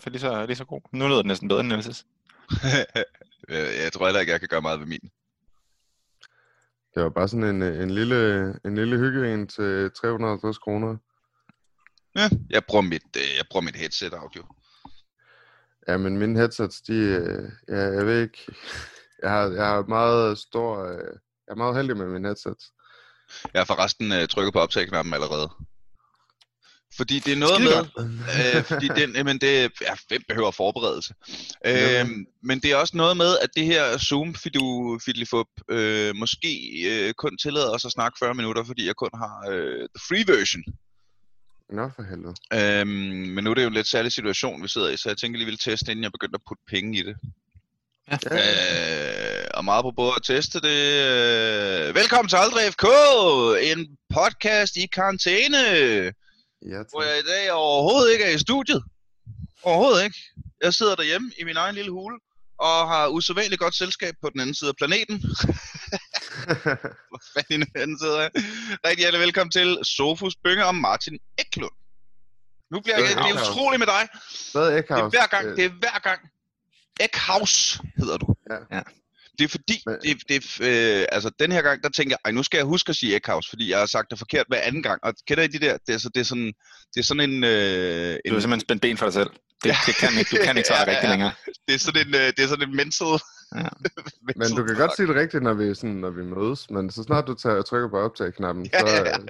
hvert fald lige så god. Nu lyder det næsten bedre end Nielses. Jeg tror heller ikke, jeg kan gøre meget ved min. Det var bare sådan en lille hygge en til 350 kroner. Ja, jeg bruger mit headset audio. Ja, men mine headsets, jeg ved ikke. Jeg har meget stor... jeg er meget heldig med mine headsets. Jeg har forresten trykket på optag-knappen allerede. Fordi det er noget med, fordi hvem behøver forberedelse? Men det er også noget med, at det her Zoom Fiddlyfup måske kun tillader os at snakke 40 minutter, fordi jeg kun har the free version. Nå for helvede. Men nu er det jo en lidt særlig situation, vi sidder i, så jeg tænker lige vil teste, inden jeg begynder at putte penge i det. Ja. Og meget på både at teste det. Velkommen til Aldrig FK, en podcast i karantæne. Ja, hvor jeg i dag overhovedet ikke er i studiet. Overhovedet ikke. Jeg sidder derhjemme i min egen lille hule, og har usædvanligt godt selskab på den anden side af planeten. Hvor fanden i den sidder jeg? Rigtig hjertelig velkommen til Sofus Bynge og Martin Eklund. Nu bliver det er utroligt med dig. Hvad Eckhouse? Det er hver gang. Eckhouse hedder du. Ja. Det er fordi, altså den her gang, der tænker jeg, nu skal jeg huske at sige Eckhouse, fordi jeg har sagt det forkert hver anden gang. Og kender I de der? Det er sådan en... Du er simpelthen spændt ben for dig selv. Det kan ikke, du kan ikke tage rigtig længere. Det er sådan en mental... Ja. Men du kan godt sige det rigtigt, når vi mødes, men så snart du trykker på optag-knappen, så...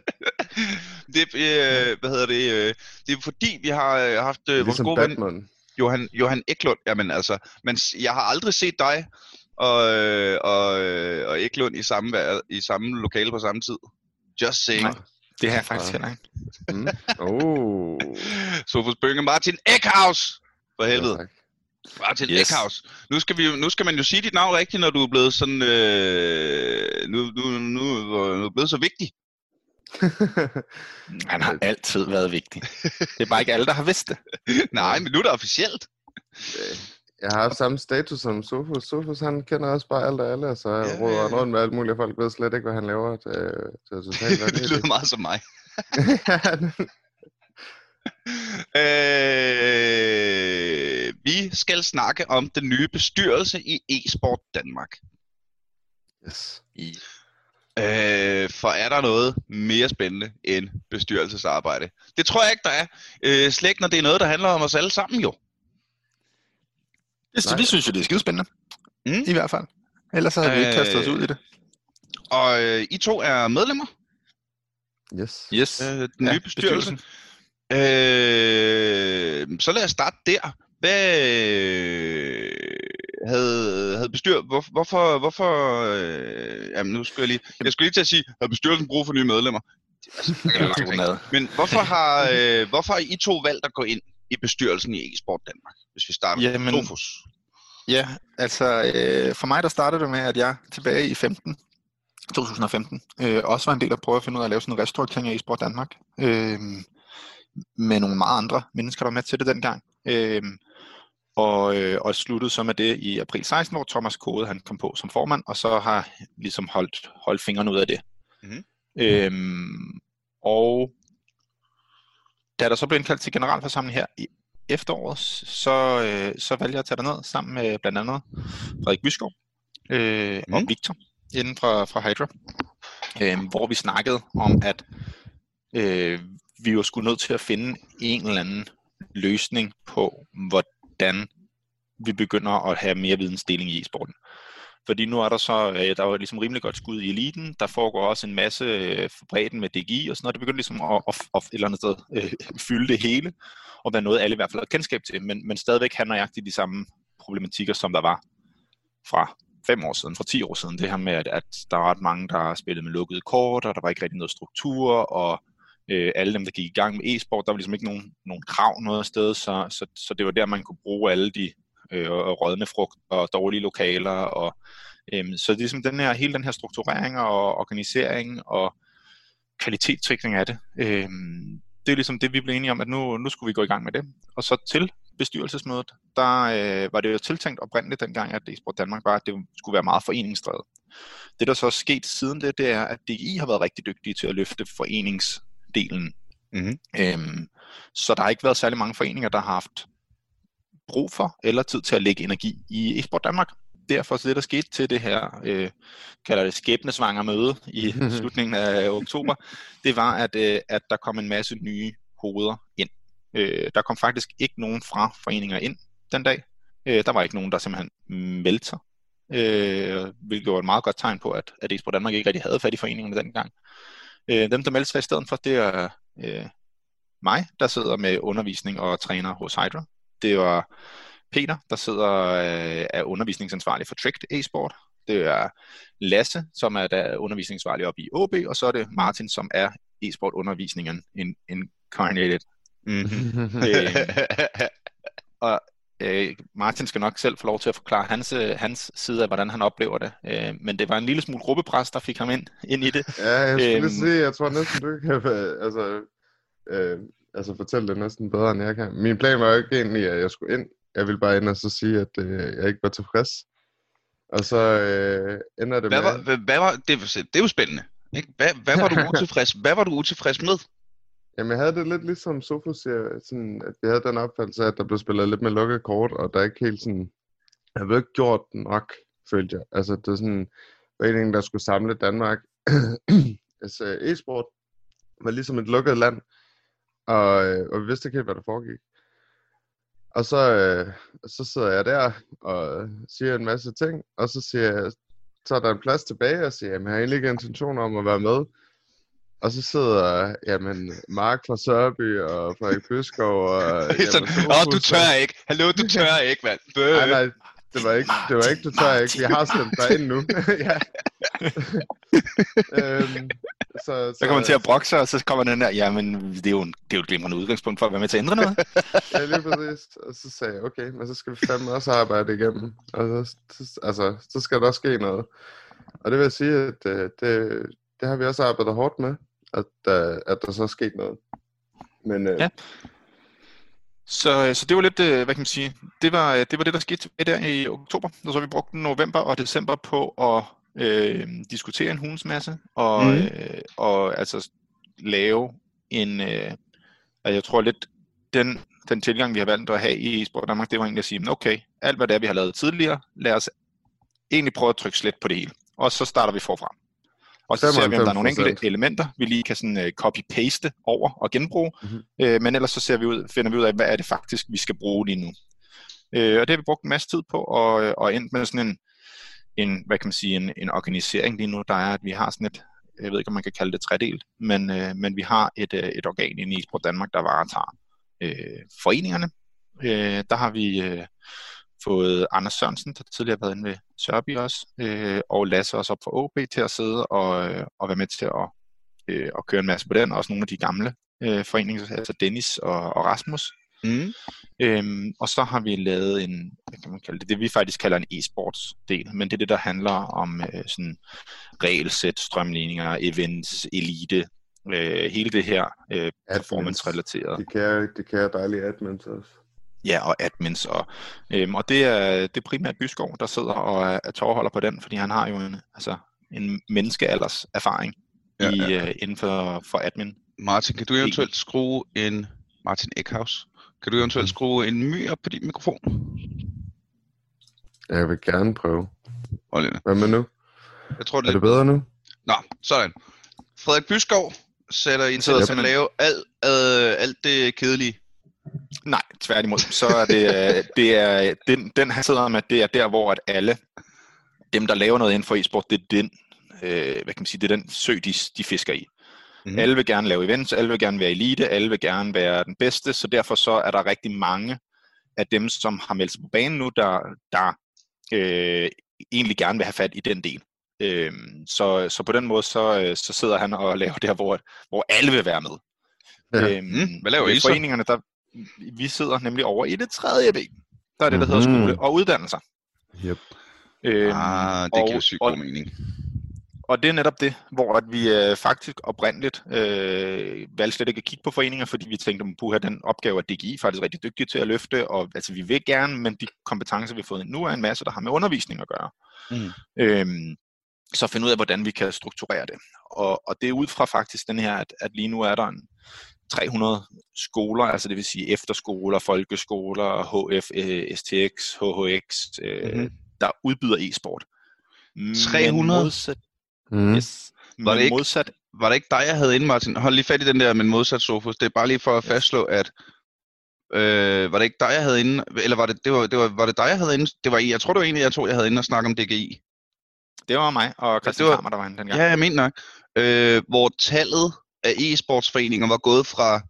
Det er fordi, vi har haft vores gode ven, Johan Eklund. Jamen altså, men jeg har aldrig set dig og Eklund i samme lokale på samme tid. Just saying. Nej, det har jeg faktisk heller ikke. Sofus Bynge, Martin Eckhouse! For helvede. Ja, Martin Eckhouse. Nu skal man jo sige dit navn rigtigt, når du er blevet sådan... nu er blevet så vigtig. Han har altid været vigtig. Det er bare ikke alle, der har vidst det. Nej, men nu er det officielt. Jeg har haft samme status som Sofus. Sofus, han kender også bare alt og alle, så jeg råder rundt med alt muligt. Folk ved slet ikke, hvad han laver. Det lyder meget som mig. Vi skal snakke om den nye bestyrelse i e-sport Danmark. Yes. For er der noget mere spændende end bestyrelsesarbejde? Det tror jeg ikke, der er. Slet ikke, når det er noget, der handler om os alle sammen jo. Vi synes jo, det er skidespændende. I hvert fald. Ellers så har vi ikke kastet os ud i det. Og I to er medlemmer? Yes. Den nye bestyrelse. Så lad os starte der. Hvad havde hvorfor jamen nu skal jeg skulle lige til at sige, havde bestyrelsen brug for nye medlemmer? Men hvorfor har I to valgt at gå ind i bestyrelsen i e-sport Danmark, hvis vi starter med Sofus? Ja, altså for mig der startede det med, at jeg tilbage i 2015 også var en del af at prøve at finde ud af at lave sådan en restrukturering af e-sport Danmark. Med nogle meget andre mennesker, der var med til det dengang. Og sluttede så med det i april 16, hvor Thomas Kode han kom på som formand, og så har ligesom holdt fingrene ud af det. Og da der så blev indkaldt til generalforsamling her i efteråret, så valgte jeg at tage derned sammen med blandt andet Frederik Byskov og Victor inden fra Hydra, hvor vi snakkede om, at vi jo skulle nødt til at finde en eller anden løsning på, hvordan vi begynder at have mere vidensdeling i e-sporten. Fordi nu er der så, der er ligesom rimelig godt skud i eliten, der foregår også en masse bredden med DGI og sådan noget, det begynder ligesom at et eller andet sted fylde det hele, og være noget alle i hvert fald har kendskab til, men stadigvæk har nøjagtigt de samme problematikker, som der var fra 5 år siden, fra 10 år siden. Det her med, at der er ret mange, der spillede med lukkede kort, og der var ikke rigtig noget struktur, og alle dem, der gik i gang med e-sport, der var ligesom ikke nogen krav noget sted, så det var der, man kunne bruge alle de rådne frugt og dårlige lokaler. Og, så det er ligesom hele den her strukturering og organisering og kvalitetssikring af det. Det er ligesom det, vi blev enige om, at nu skulle vi gå i gang med det. Og så til bestyrelsesmødet, der var det jo tiltænkt oprindeligt dengang, at e-sport Danmark var, at det skulle være meget foreningsdrevet. Det, der så er sket siden det er, at DGI har været rigtig dygtige til at løfte foreningsdelen. Så der har ikke været særlig mange foreninger, der har haft brug for, eller tid til at lægge energi i eSport Danmark. Derfor så det, der skete til det her, kalder det skæbnesvanger møde i slutningen af oktober, det var, at der kom en masse nye hoveder ind. Der kom faktisk ikke nogen fra foreninger ind den dag. Der var ikke nogen, der simpelthen meldte sig. Hvilket var et meget godt tegn på, at eSport Danmark ikke rigtig havde fat i foreningerne dengang. Dem, der meldte sig i stedet for, det er mig, der sidder med undervisning og træner hos Hydra. Det var Peter, der sidder er undervisningsansvarlig for Tricked e-sport. Det er Lasse, som er der undervisningsansvarlig oppe i OB, og så er det Martin, som er e-sport undervisningen incarnated. Og Martin skal nok selv få lov til at forklare hans side af, hvordan han oplever det. Men det var en lille smule gruppepres, der fik ham ind i det. Ja, jeg skulle lige sige, jeg tror næsten, du kan fortælle det næsten bedre, end jeg kan. Min plan var jo ikke egentlig, at jeg skulle ind. Jeg ville bare ind og så sige, at jeg ikke var tilfreds. Og så ender det det er jo spændende. Ikke? Hvad var du utilfreds? Hvad var du utilfreds med? Jamen, jeg havde det lidt ligesom Sofus siger, sådan, at vi havde den opfattelse af, at der blev spillet lidt med lukket kort, og der ikke helt sådan, jeg havde ikke gjort nok, følte jeg. Altså, det er sådan, foreningen, der skulle samle Danmark. Altså, e-sport var ligesom et lukket land, og vi vidste ikke helt, hvad der foregik. Og så sidder jeg der og siger en masse ting, og så siger jeg, så er der en plads tilbage, og siger, jamen, jeg har egentlig ikke intention om at være med. Og så sidder, Mark fra Sørby og Frederik Byskov og... du tør ikke. Hallo, du tør ikke, mand. Nej, det var ikke, du tør ikke. Vi har stemt dig ind nu. Ja. Så kommer man til at brokke sig, og så kommer den der, jamen, det er jo et glimrende udgangspunkt for at være med til at ændre noget. Ja, lige præcis. Og så sagde jeg, okay, men så skal vi fandme også arbejde igennem. Og så skal der også ske noget. Og det vil sige, at det har vi også arbejdet hårdt med. At der så er sket noget. Men, ja. Så det var lidt, hvad kan man sige, det var det, der skete der i oktober. Og så har vi brugt november og december på at diskutere en hulens masse, og altså lave en, jeg tror lidt, den tilgang, vi har valgt at have i eSport Danmark, det var egentlig at sige, okay, alt hvad det er, vi har lavet tidligere, lad os egentlig prøve at trykke slet på det hele. Og så starter vi forfra. Og så ser vi, om der er nogle enkelte elementer, vi lige kan sådan copy-paste over og genbruge. Men ellers så finder vi ud af, hvad er det faktisk, vi skal bruge lige nu. Og det har vi brugt en masse tid på, og endt med sådan en hvad kan man sige, en organisering lige nu, der er, at vi har sådan et, jeg ved ikke, om man kan kalde det tredelt, men vi har et organ i eSport Danmark, der varetager foreningerne. Der har vi fået Anders Sørensen, der tidligere har været inde ved Sørby også, og Lasse også op for OB til at sidde og være med til at køre en masse på den, også nogle af de gamle foreninger, altså Dennis og Rasmus. Og så har vi lavet en, hvad kan man kalde det vi faktisk kalder en e-sports del, men det er det, der handler om sådan regelsæt, strømligninger, events, elite, hele det her performance-relateret. Det kan dejlige admins også. Ja, og admins, og det er primært Byskov, der sidder og er tovholder på den, fordi han har jo en menneskealders erfaring inden for admin. Martin, kan du eventuelt skrue en Martin Eckhaus? Kan du eventuelt skrue en my op på din mikrofon? Jeg vil gerne prøve. Hvad med nu? Jeg tror, er det bedre nu? Nå, sådan. Frederik Byskov sætter ind til at lave alt det kedelige. Nej, tværtimod. Så er den han sidder med, det er der, hvor at alle dem, der laver noget inden for e-sport, det er den, hvad kan man sige, det er den sø, de fisker i. Alle vil gerne lave events, alle vil gerne være elite, alle vil gerne være den bedste, så derfor så er der rigtig mange af dem, som har meldt sig på banen nu, der egentlig gerne vil have fat i den del. Så på den måde, så sidder han og laver det her, hvor alle vil være med. Ja. Hvad laver I så? Foreningerne, vi sidder nemlig over i det tredje ben. Der er det, der hedder skole og uddannelser. Yep. Det giver sygt god mening. Og det er netop det, hvor at vi faktisk oprindeligt valgte slet ikke at kigge på foreninger, fordi vi tænkte, at den opgave er DGI faktisk rigtig dygtig til at løfte, og altså vi vil gerne, men de kompetencer, vi har fået nu, er en masse, der har med undervisning at gøre. Så finde ud af, hvordan vi kan strukturere det. Og det er ud fra faktisk den her, at lige nu er der 300 skoler, altså det vil sige efterskoler, folkeskoler, HF, STX, HHX, der udbyder e-sport. 300? Yes. Var det ikke dig, jeg havde inde, Martin? Hold lige fat i den der, men modsat Sofus. Det er bare lige for at fastslå, at var det ikke dig, jeg havde inde, eller var det dig, jeg havde inde? Jeg tror, det var en af jer to, jeg havde inde og snakke om DGI. Det var mig og Christian Farmer, der var inde dengang. Ja, jeg mener nok. Hvor tallet af e-sportsforeninger var gået fra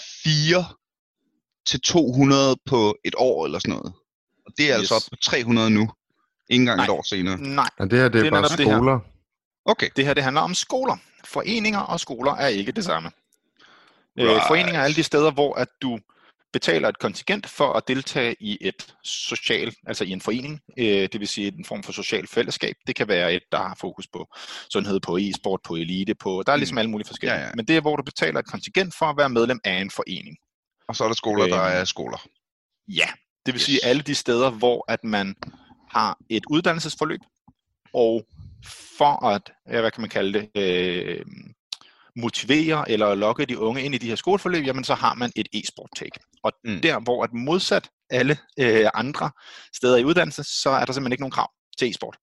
4 til 200 på et år eller sådan noget. Og det er altså op på 300 nu. Ikke engang et år senere. Nej. Og det her, det er bare skoler. Okay. Det her, det handler om skoler. Foreninger og skoler er ikke det samme. Right. Foreninger er alle de steder, hvor at du betaler et kontingent for at deltage i et social, altså i en forening, det vil sige en form for social fællesskab. Det kan være et, der har fokus på sundhed, på e-sport, på elite, der er ligesom alle mulige forskellige. Ja. Men det er, hvor du betaler et kontingent for at være medlem af en forening. Og så er der skoler, der er skoler. Ja, det vil sige alle de steder, hvor at man har et uddannelsesforløb, og for at, hvad kan man kalde det, motivere eller lokke de unge ind i de her skoleforløb, jamen så har man et e-sport-take. Og der, hvor at modsat alle andre steder i uddannelse, så er der simpelthen ikke nogen krav til e-sport.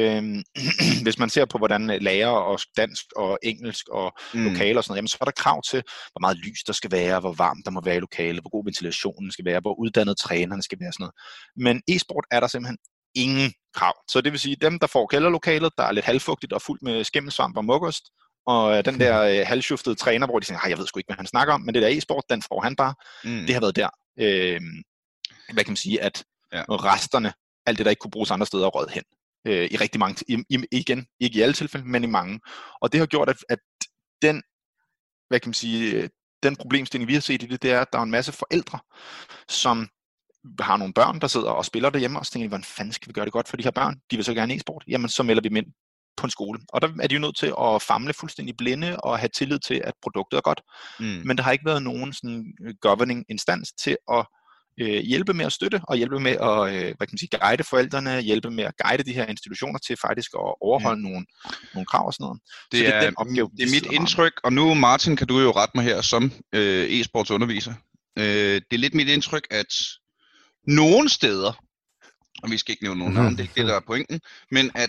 Hvis man ser på, hvordan lærer og dansk og engelsk og lokale og sådan noget, jamen så er der krav til, hvor meget lys der skal være, hvor varmt der må være i lokalet, hvor god ventilationen skal være, hvor uddannet trænerne skal være, sådan noget. Men e-sport er der simpelthen ingen krav. Så det vil sige, dem, der får kælderlokalet, der er lidt halvfugtigt og fuldt med skimmelsvamp og muggost, og den der halvschuftede træner, hvor de siger, jeg ved sgu ikke, hvad han snakker om, men det der e-sport, den får han bare. Det har været der, hvad kan man sige, at resterne, alt det, der ikke kunne bruges andre steder, rød hen. I rigtig mange, igen, ikke i alle tilfælde, men i mange. Og det har gjort, at den, hvad kan man sige, den problemstilling, vi har set i det, det er, at der er en masse forældre, som har nogle børn, der sidder og spiller derhjemme, og så tænker de, hvordan fanden skal vi gøre det godt for de her børn? De vil så gerne e-sport. Jamen, så melder vi dem ind på en skole. Og der er de jo nødt til at famle fuldstændig blinde og have tillid til, at produktet er godt. Men der har ikke været nogen sådan governing instans til at hjælpe med at støtte, og hjælpe med at hvad kan man sige, guide forældrene, hjælpe med at guide de her institutioner til faktisk at overholde nogle krav og sådan noget. Det er den opgave, det er mit indtryk, og nu Martin, kan du jo rette mig her som e-sportsunderviser. Det er lidt mit indtryk, at nogle steder, og vi skal ikke nævne nogen navn, det er ikke det, der er pointen, men at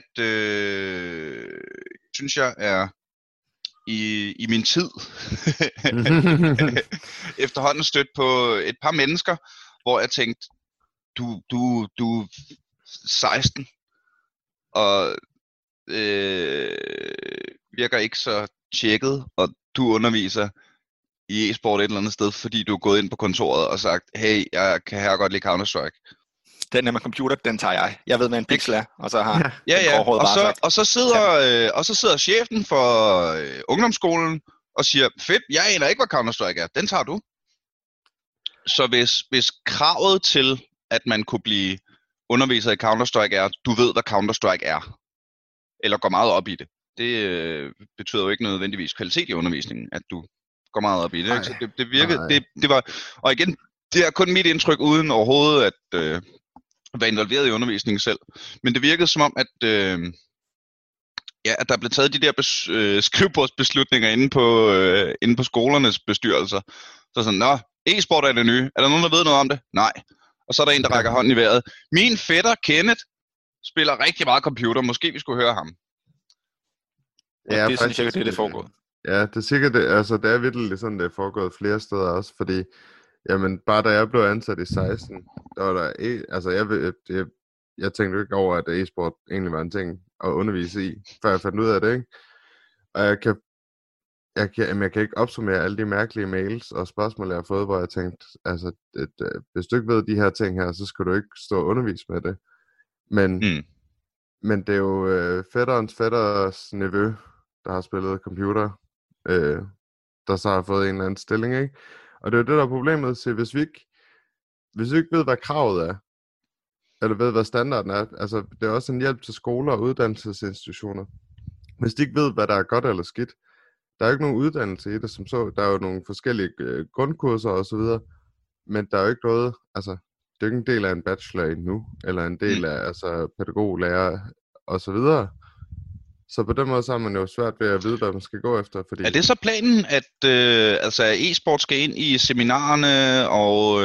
synes jeg er i min tid efterhånden stødt på et par mennesker, hvor jeg tænkte, du er 16 og virker ikke så tjekket, og du underviser i e-sport et eller andet sted, fordi du er gået ind på kontoret og sagt, hey, jeg kan her godt lide Counter-Strike. Den der med computer, den tager jeg. Jeg ved, hvad en pixel er, og så har og så sidder chefen for ungdomsskolen og siger, fedt, jeg aner ikke, hvad Counter-Strike er. Den tager du. Så hvis kravet til, at man kunne blive underviser i Counter-Strike er, du ved, hvad Counter-Strike er, eller går meget op i det, det betyder jo ikke nødvendigvis kvalitet i undervisningen, at du går meget op i det. Ikke? Så det virkede, det var, og igen, det er kun mit indtryk uden overhovedet at være involveret i undervisningen selv. Men det virkede som om, at at der blev taget de der skrivebordsbeslutninger inde på skolernes bestyrelser. Så sådan, e-sport er det nye. Er der nogen, der ved noget om det? Nej. Og så er der en, der rækker hånden i vejret. Min fætter Kenneth spiller rigtig meget computer. Måske vi skulle høre ham. Ja, det er sikkert det er foregået. Ja, det er sikkert det. Altså, det er virkelig sådan, det er foregået flere steder også, fordi jamen, bare da jeg blev ansat i 16, der var der jeg tænkte jo ikke over, at e-sport egentlig var en ting at undervise i, før jeg fandt ud af det, ikke? Og jeg kan ikke opsummere alle de mærkelige mails og spørgsmål, jeg har fået, hvor jeg tænkte, altså, hvis du ikke ved de her ting her, så skal du ikke stå og undervise med det. Men det er jo fætters nevø, der har spillet computer, der så har fået en eller anden stilling, ikke? Og det er jo det, der er problemet, så hvis vi ikke ved, hvad kravet er, eller ved, hvad standarden er, altså det er også en hjælp til skoler og uddannelsesinstitutioner. Hvis de ikke ved, hvad der er godt eller skidt, der er jo ikke nogen uddannelse i det, som så, der er jo nogle forskellige grundkurser og så videre, men der er jo ikke noget, altså det er jo ikke en del af en bachelor endnu, eller en del af altså pædagog, lærer og så videre. Så på den måde så har man jo svært ved at vide, hvad man skal gå efter. Fordi... Er det så planen, at e-sport skal ind i seminarerne og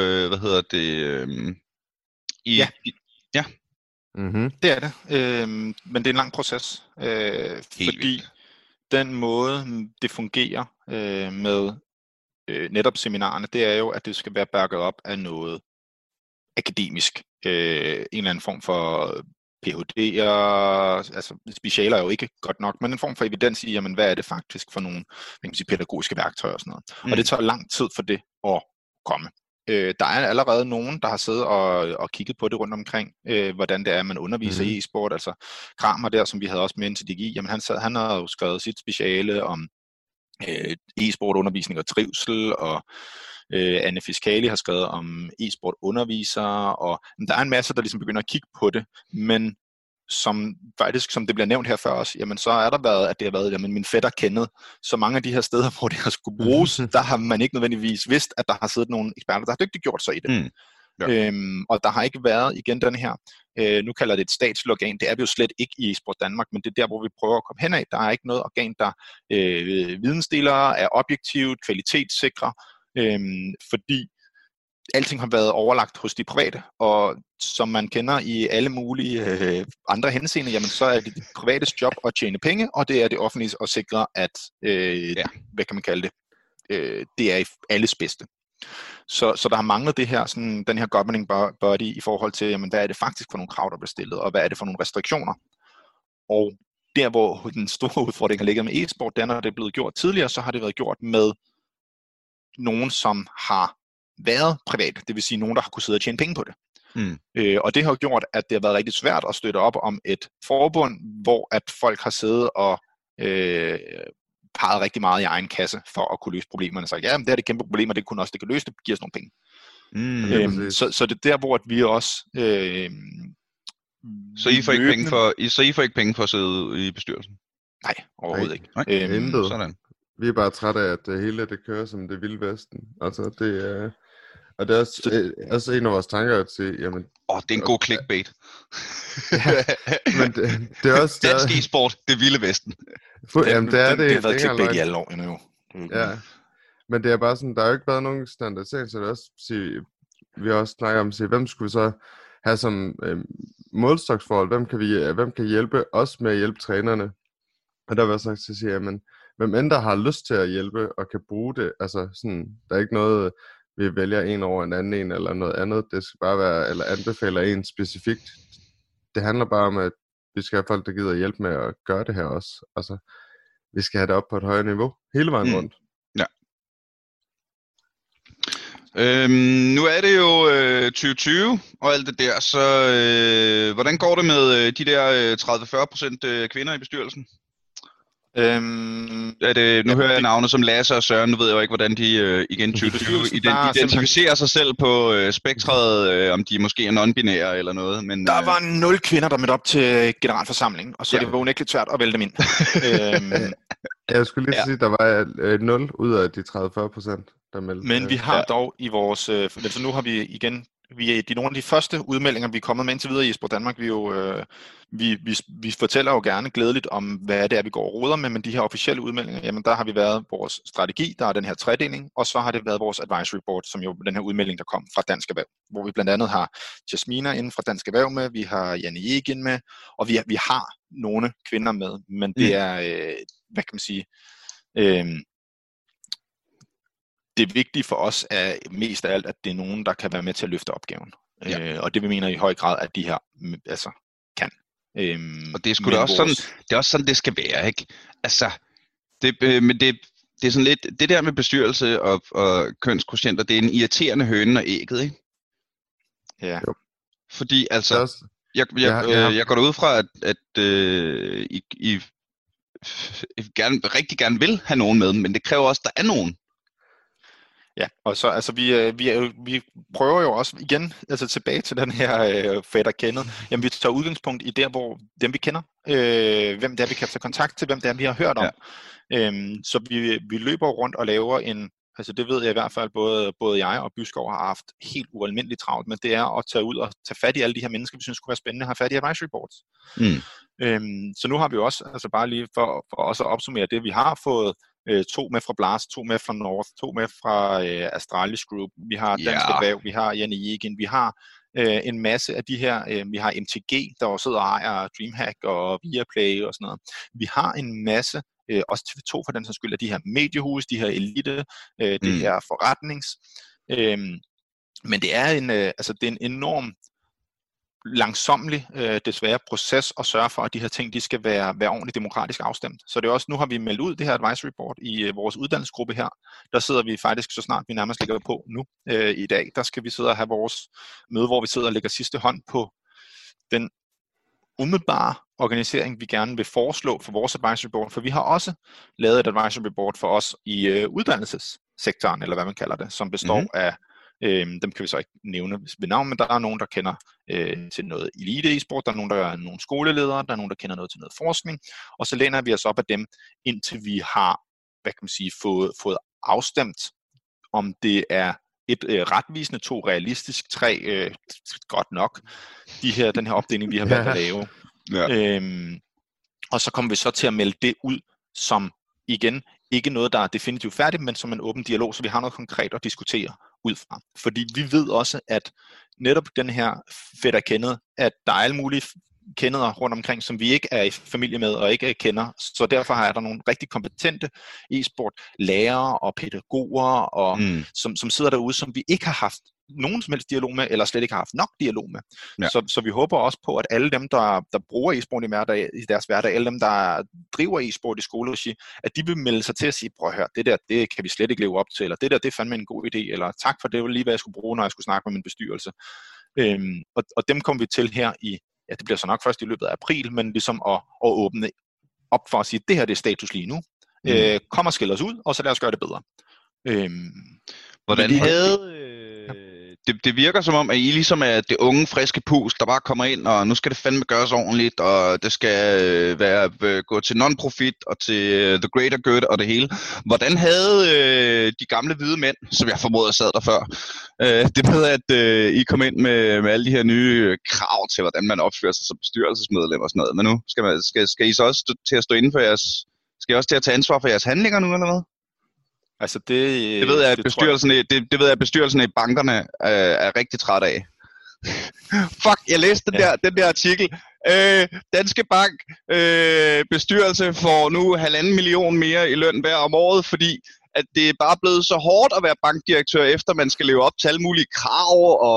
Ja. Ja. Mm-hmm. Det er det, men det er en lang proces, fordi vildt. den måde, det fungerer med netop seminarerne, det er jo, at det skal være bakket op af noget akademisk. En eller anden form for PhD'er, altså specialer er jo ikke godt nok, men en form for evidens i, jamen, hvad er det faktisk for nogle pædagogiske værktøjer og sådan noget. Og det tager lang tid for det at komme. Der er allerede nogen, der har siddet og kigget på det rundt omkring, hvordan det er, man underviser i e-sport. Altså Kramer der, som vi havde også med ind til DGI, jamen han har jo skrevet sit speciale om e-sport undervisning og trivsel, og Anne Fiscali har skrevet om e-sport undervisere, og der er en masse, der ligesom begynder at kigge på det, men som det bliver nævnt her før også, jamen så er der været, at det har været, jamen min fætter kendet, så mange af de her steder, hvor det har skulle bruges, der har man ikke nødvendigvis vidst, at der har siddet nogle eksperter, der har dygtiggjort sig i det. Ja. Og der har ikke været igen den her, nu kalder det et statsligt organ, det er vi jo slet ikke i e-sport Danmark, men det er der, hvor vi prøver at komme hen af. Der er ikke noget organ, der vidensdeler, er objektivt, kvalitetssikrer, fordi alting har været overlagt hos de private, og som man kender i alle mulige andre henseender, jamen så er det de privates job at tjene penge, og det er det offentlige at sikre, at, hvad kan man kalde det, det er i alles bedste. Så der har manglet det her, sådan, den her governing body i forhold til, jamen, hvad er det faktisk for nogle krav, der bliver stillet, og hvad er det for nogle restriktioner. Og der, hvor den store udfordring har ligget med e-sport, det er, når det er blevet gjort tidligere, så har det været gjort med nogen, som har været privat, det vil sige nogen, der har kunnet sidde og tjene penge på det. Og det har gjort, at det har været rigtig svært at støtte op om et forbund, hvor at folk har siddet og peget rigtig meget i egen kasse for at kunne løse problemerne. Så ja, men det er det kæmpe problem, og det kunne også det kan løse det, giver os nogle penge. Så det er der, hvor vi også så I får ikke penge for at sidde i bestyrelsen? Nej, overhovedet ikke. Sådan. Vi er bare trætte af, at det hele det kører som det vilde vesten. Altså, det er... Og det er også en af vores tanker at sige, jamen... det er en god clickbait. Men det er også... Dansk e-sport, det vilde vesten. Jamen, det er det. Det har været clickbait i alle år endnu. Ja. Men det er bare sådan, der har jo ikke været nogen standardisering, så det er også sige, vi har også snakket om at sige, hvem skulle vi så have som målstoksforhold? Hvem kan hjælpe os med at hjælpe trænerne? Og der vil jeg så sige, jamen, hvem end der har lyst til at hjælpe og kan bruge det, altså sådan, der er ikke noget, vi vælger en over en anden eller noget andet, det skal bare være, eller anbefaler en specifikt. Det handler bare om, at vi skal have folk, der gider hjælpe med at gøre det her også. Altså, vi skal have det op på et højere niveau, hele vejen rundt. Ja. Nu er det jo 2020 og alt det der, så hvordan går det med de der 30-40% kvinder i bestyrelsen? Nu hører jeg navne som Lasse og Søren, nu ved jeg jo ikke, hvordan de igen 2020 identificerer sig selv på spektret, om de måske er non-binære eller noget. Men, der var 0 kvinder, der mødte op til generalforsamlingen, og så det var unægteligt svært at vælge dem ind. Jeg skulle lige sige, at der var 0 ud af de 30-40%, der meldte. Men vi har dog i vores... så nu har vi igen... nogle af de første udmeldinger, vi er kommet med indtil videre i e-sport Danmark, vi fortæller jo gerne glædeligt om, hvad det er, vi går og roder med, men de her officielle udmeldinger, jamen der har vi været vores strategi, der er den her tredeling, og så har det været vores advisory board, som jo den her udmelding, der kom fra Dansk Erhverv, hvor vi blandt andet har Jasmina inden fra Dansk Erhverv med, vi har Janne Egin med, og vi har nogle kvinder med, men det er, hvad kan man sige, det vigtige for os er mest af alt, at det er nogen, der kan være med til at løfte opgaven. Ja. Og det vi mener i høj grad, at de her altså kan. Og det er sgu da også sådan, det er også sådan, det skal være, ikke? Altså, men det er sådan lidt, det der med bestyrelse og kønskvotienter, det er en irriterende høne og ægget, ikke? Ja. Fordi altså, jeg går derud fra, at I rigtig gerne vil have nogen med, men det kræver også, at der er nogen. Ja, og så altså vi prøver jo også igen, altså tilbage til den her fætter kendet. Jamen vi tager udgangspunkt i der, hvor dem vi kender, hvem det er, vi kan tage kontakt til, hvem det er, vi har hørt om. Ja. Så vi løber rundt og laver Altså det ved jeg i hvert fald, både jeg og Byskov har haft helt ualmindeligt travlt, men det er at tage ud og tage fat i alle de her mennesker, vi synes kunne være spændende, at have fat i advisory boards. Så nu har vi også, altså bare lige for også at opsummere det, vi har fået 2 med fra Blast, 2 med fra North, 2 med fra Astralis Group, vi har Dansk Erhverv, vi har Janne Jegen, vi har en masse af de her, vi har MTG, der også sidder og ejer DreamHack og Viaplay og sådan noget. Vi har en masse, også TV2 for den sags skyld, af de her mediehus, de her elite, det her forretnings. Men det er det er en enorm langsomlig, desværre, proces at sørge for, at de her ting, de skal være ordentligt demokratisk afstemt. Så det er også, nu har vi meldt ud det her advisory board i vores uddannelsesgruppe her. Der sidder vi faktisk, så snart vi nærmest ligger på nu i dag, der skal vi sidde og have vores møde, hvor vi sidder og lægger sidste hånd på den umiddelbare organisering, vi gerne vil foreslå for vores advisory board, for vi har også lavet et advisory board for os i uddannelsessektoren, eller hvad man kalder det, som består af dem kan vi så ikke nævne ved navn, men der er nogen, der kender til noget elite e-sport, der er nogen, der er nogle skoleledere, der er nogen, der kender noget til noget forskning, og så læner vi os op af dem, indtil vi har, hvad kan man sige, fået afstemt, om det er et retvisende, 2 realistisk, 3 godt nok, den her opdeling, vi har valgt at lave. Ja. Og så kommer vi så til at melde det ud som, igen, ikke noget, der er definitivt færdigt, men som en åben dialog, så vi har noget konkret at diskutere ud fra. Fordi vi ved også, at netop den her fætter kendet, at der er alle mulige kender rundt omkring, som vi ikke er i familie med og ikke kender. Så derfor er der nogle rigtig kompetente e-sport lærere og pædagoger, og, som sidder derude, som vi ikke har haft nogen som helst dialog med, eller slet ikke har haft nok dialog med. Ja. Så vi håber også på, at alle dem, der bruger e-sport i deres hverdag, alle dem, der driver e-sport i skoleregi, at de vil melde sig til at sige, prøv at høre, det der, det kan vi slet ikke leve op til, eller det der, det er fandme en god idé, eller tak for det, var lige hvad jeg skulle bruge, når jeg skulle snakke med min bestyrelse. Og dem kommer vi til her det bliver så nok først i løbet af april, men ligesom at åbne op for at sige, det her det er status lige nu. Kom og skille os ud, og så lad os gøre det bedre. Hvordan havde... Det virker som om, at I ligesom er det unge, friske pust, der bare kommer ind, og nu skal det fandme gøres ordentligt, og det skal gå til non-profit og til the greater good og det hele. Hvordan havde de gamle hvide mænd, som jeg formoder sad der før, det med, at I kom ind med alle de her nye krav til, hvordan man opfører sig som bestyrelsesmedlem og sådan noget. Men nu skal I så også til at stå inden for jeres... Skal I også til at tage ansvar for jeres handlinger nu, eller hvad? Altså det ved jeg, at bestyrelsen i bankerne er rigtig træt af. Fuck, jeg læste den der artikel. Danske Bank bestyrelse får nu 1,5 million mere i løn hver om året, fordi at det er bare blevet så hårdt at være bankdirektør, efter man skal leve op til alle mulige krav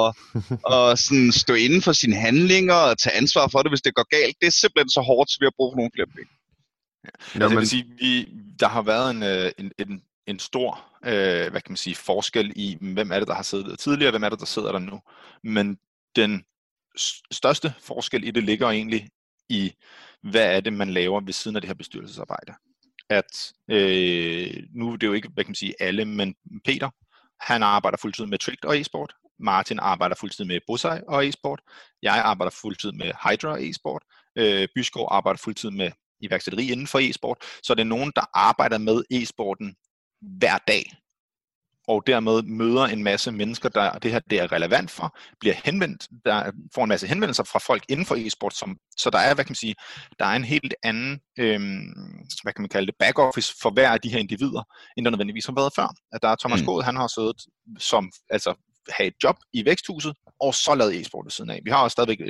og sådan stå inden for sine handlinger og tage ansvar for det, hvis det går galt. Det er simpelthen så hårdt, så vi har brug for nogle flere penge. Ja. Altså, jeg vil sige, der har været en stor hvad kan man sige, forskel i, hvem er det, der har siddet tidligere, hvem er det, der sidder der nu. Men den største forskel i det ligger egentlig i, hvad er det, man laver ved siden af det her bestyrelsesarbejde. At nu er det jo ikke, hvad kan man sige, alle, men Peter, han arbejder fuldtid med Tricked og e-sport. Martin arbejder fuldtid med Bosai og e-sport. Jeg arbejder fuldtid med Hydra og e-sport. Byskov arbejder fuldtid med iværksætteri inden for e-sport. Så det er nogen, der arbejder med e-sporten hver dag, og dermed møder en masse mennesker, der det her det er relevant for, bliver henvendt, der får en masse henvendelser fra folk inden for e-sport, så der er, hvad kan man sige, der er en helt anden, hvad kan man kalde det, back office for hver af de her individer, end der nødvendigvis har været før. At der er Thomas Gård, han har siddet som, altså have et job i Væksthhuset, og så lavet e-sport ved siden af. Vi har også stadigvæk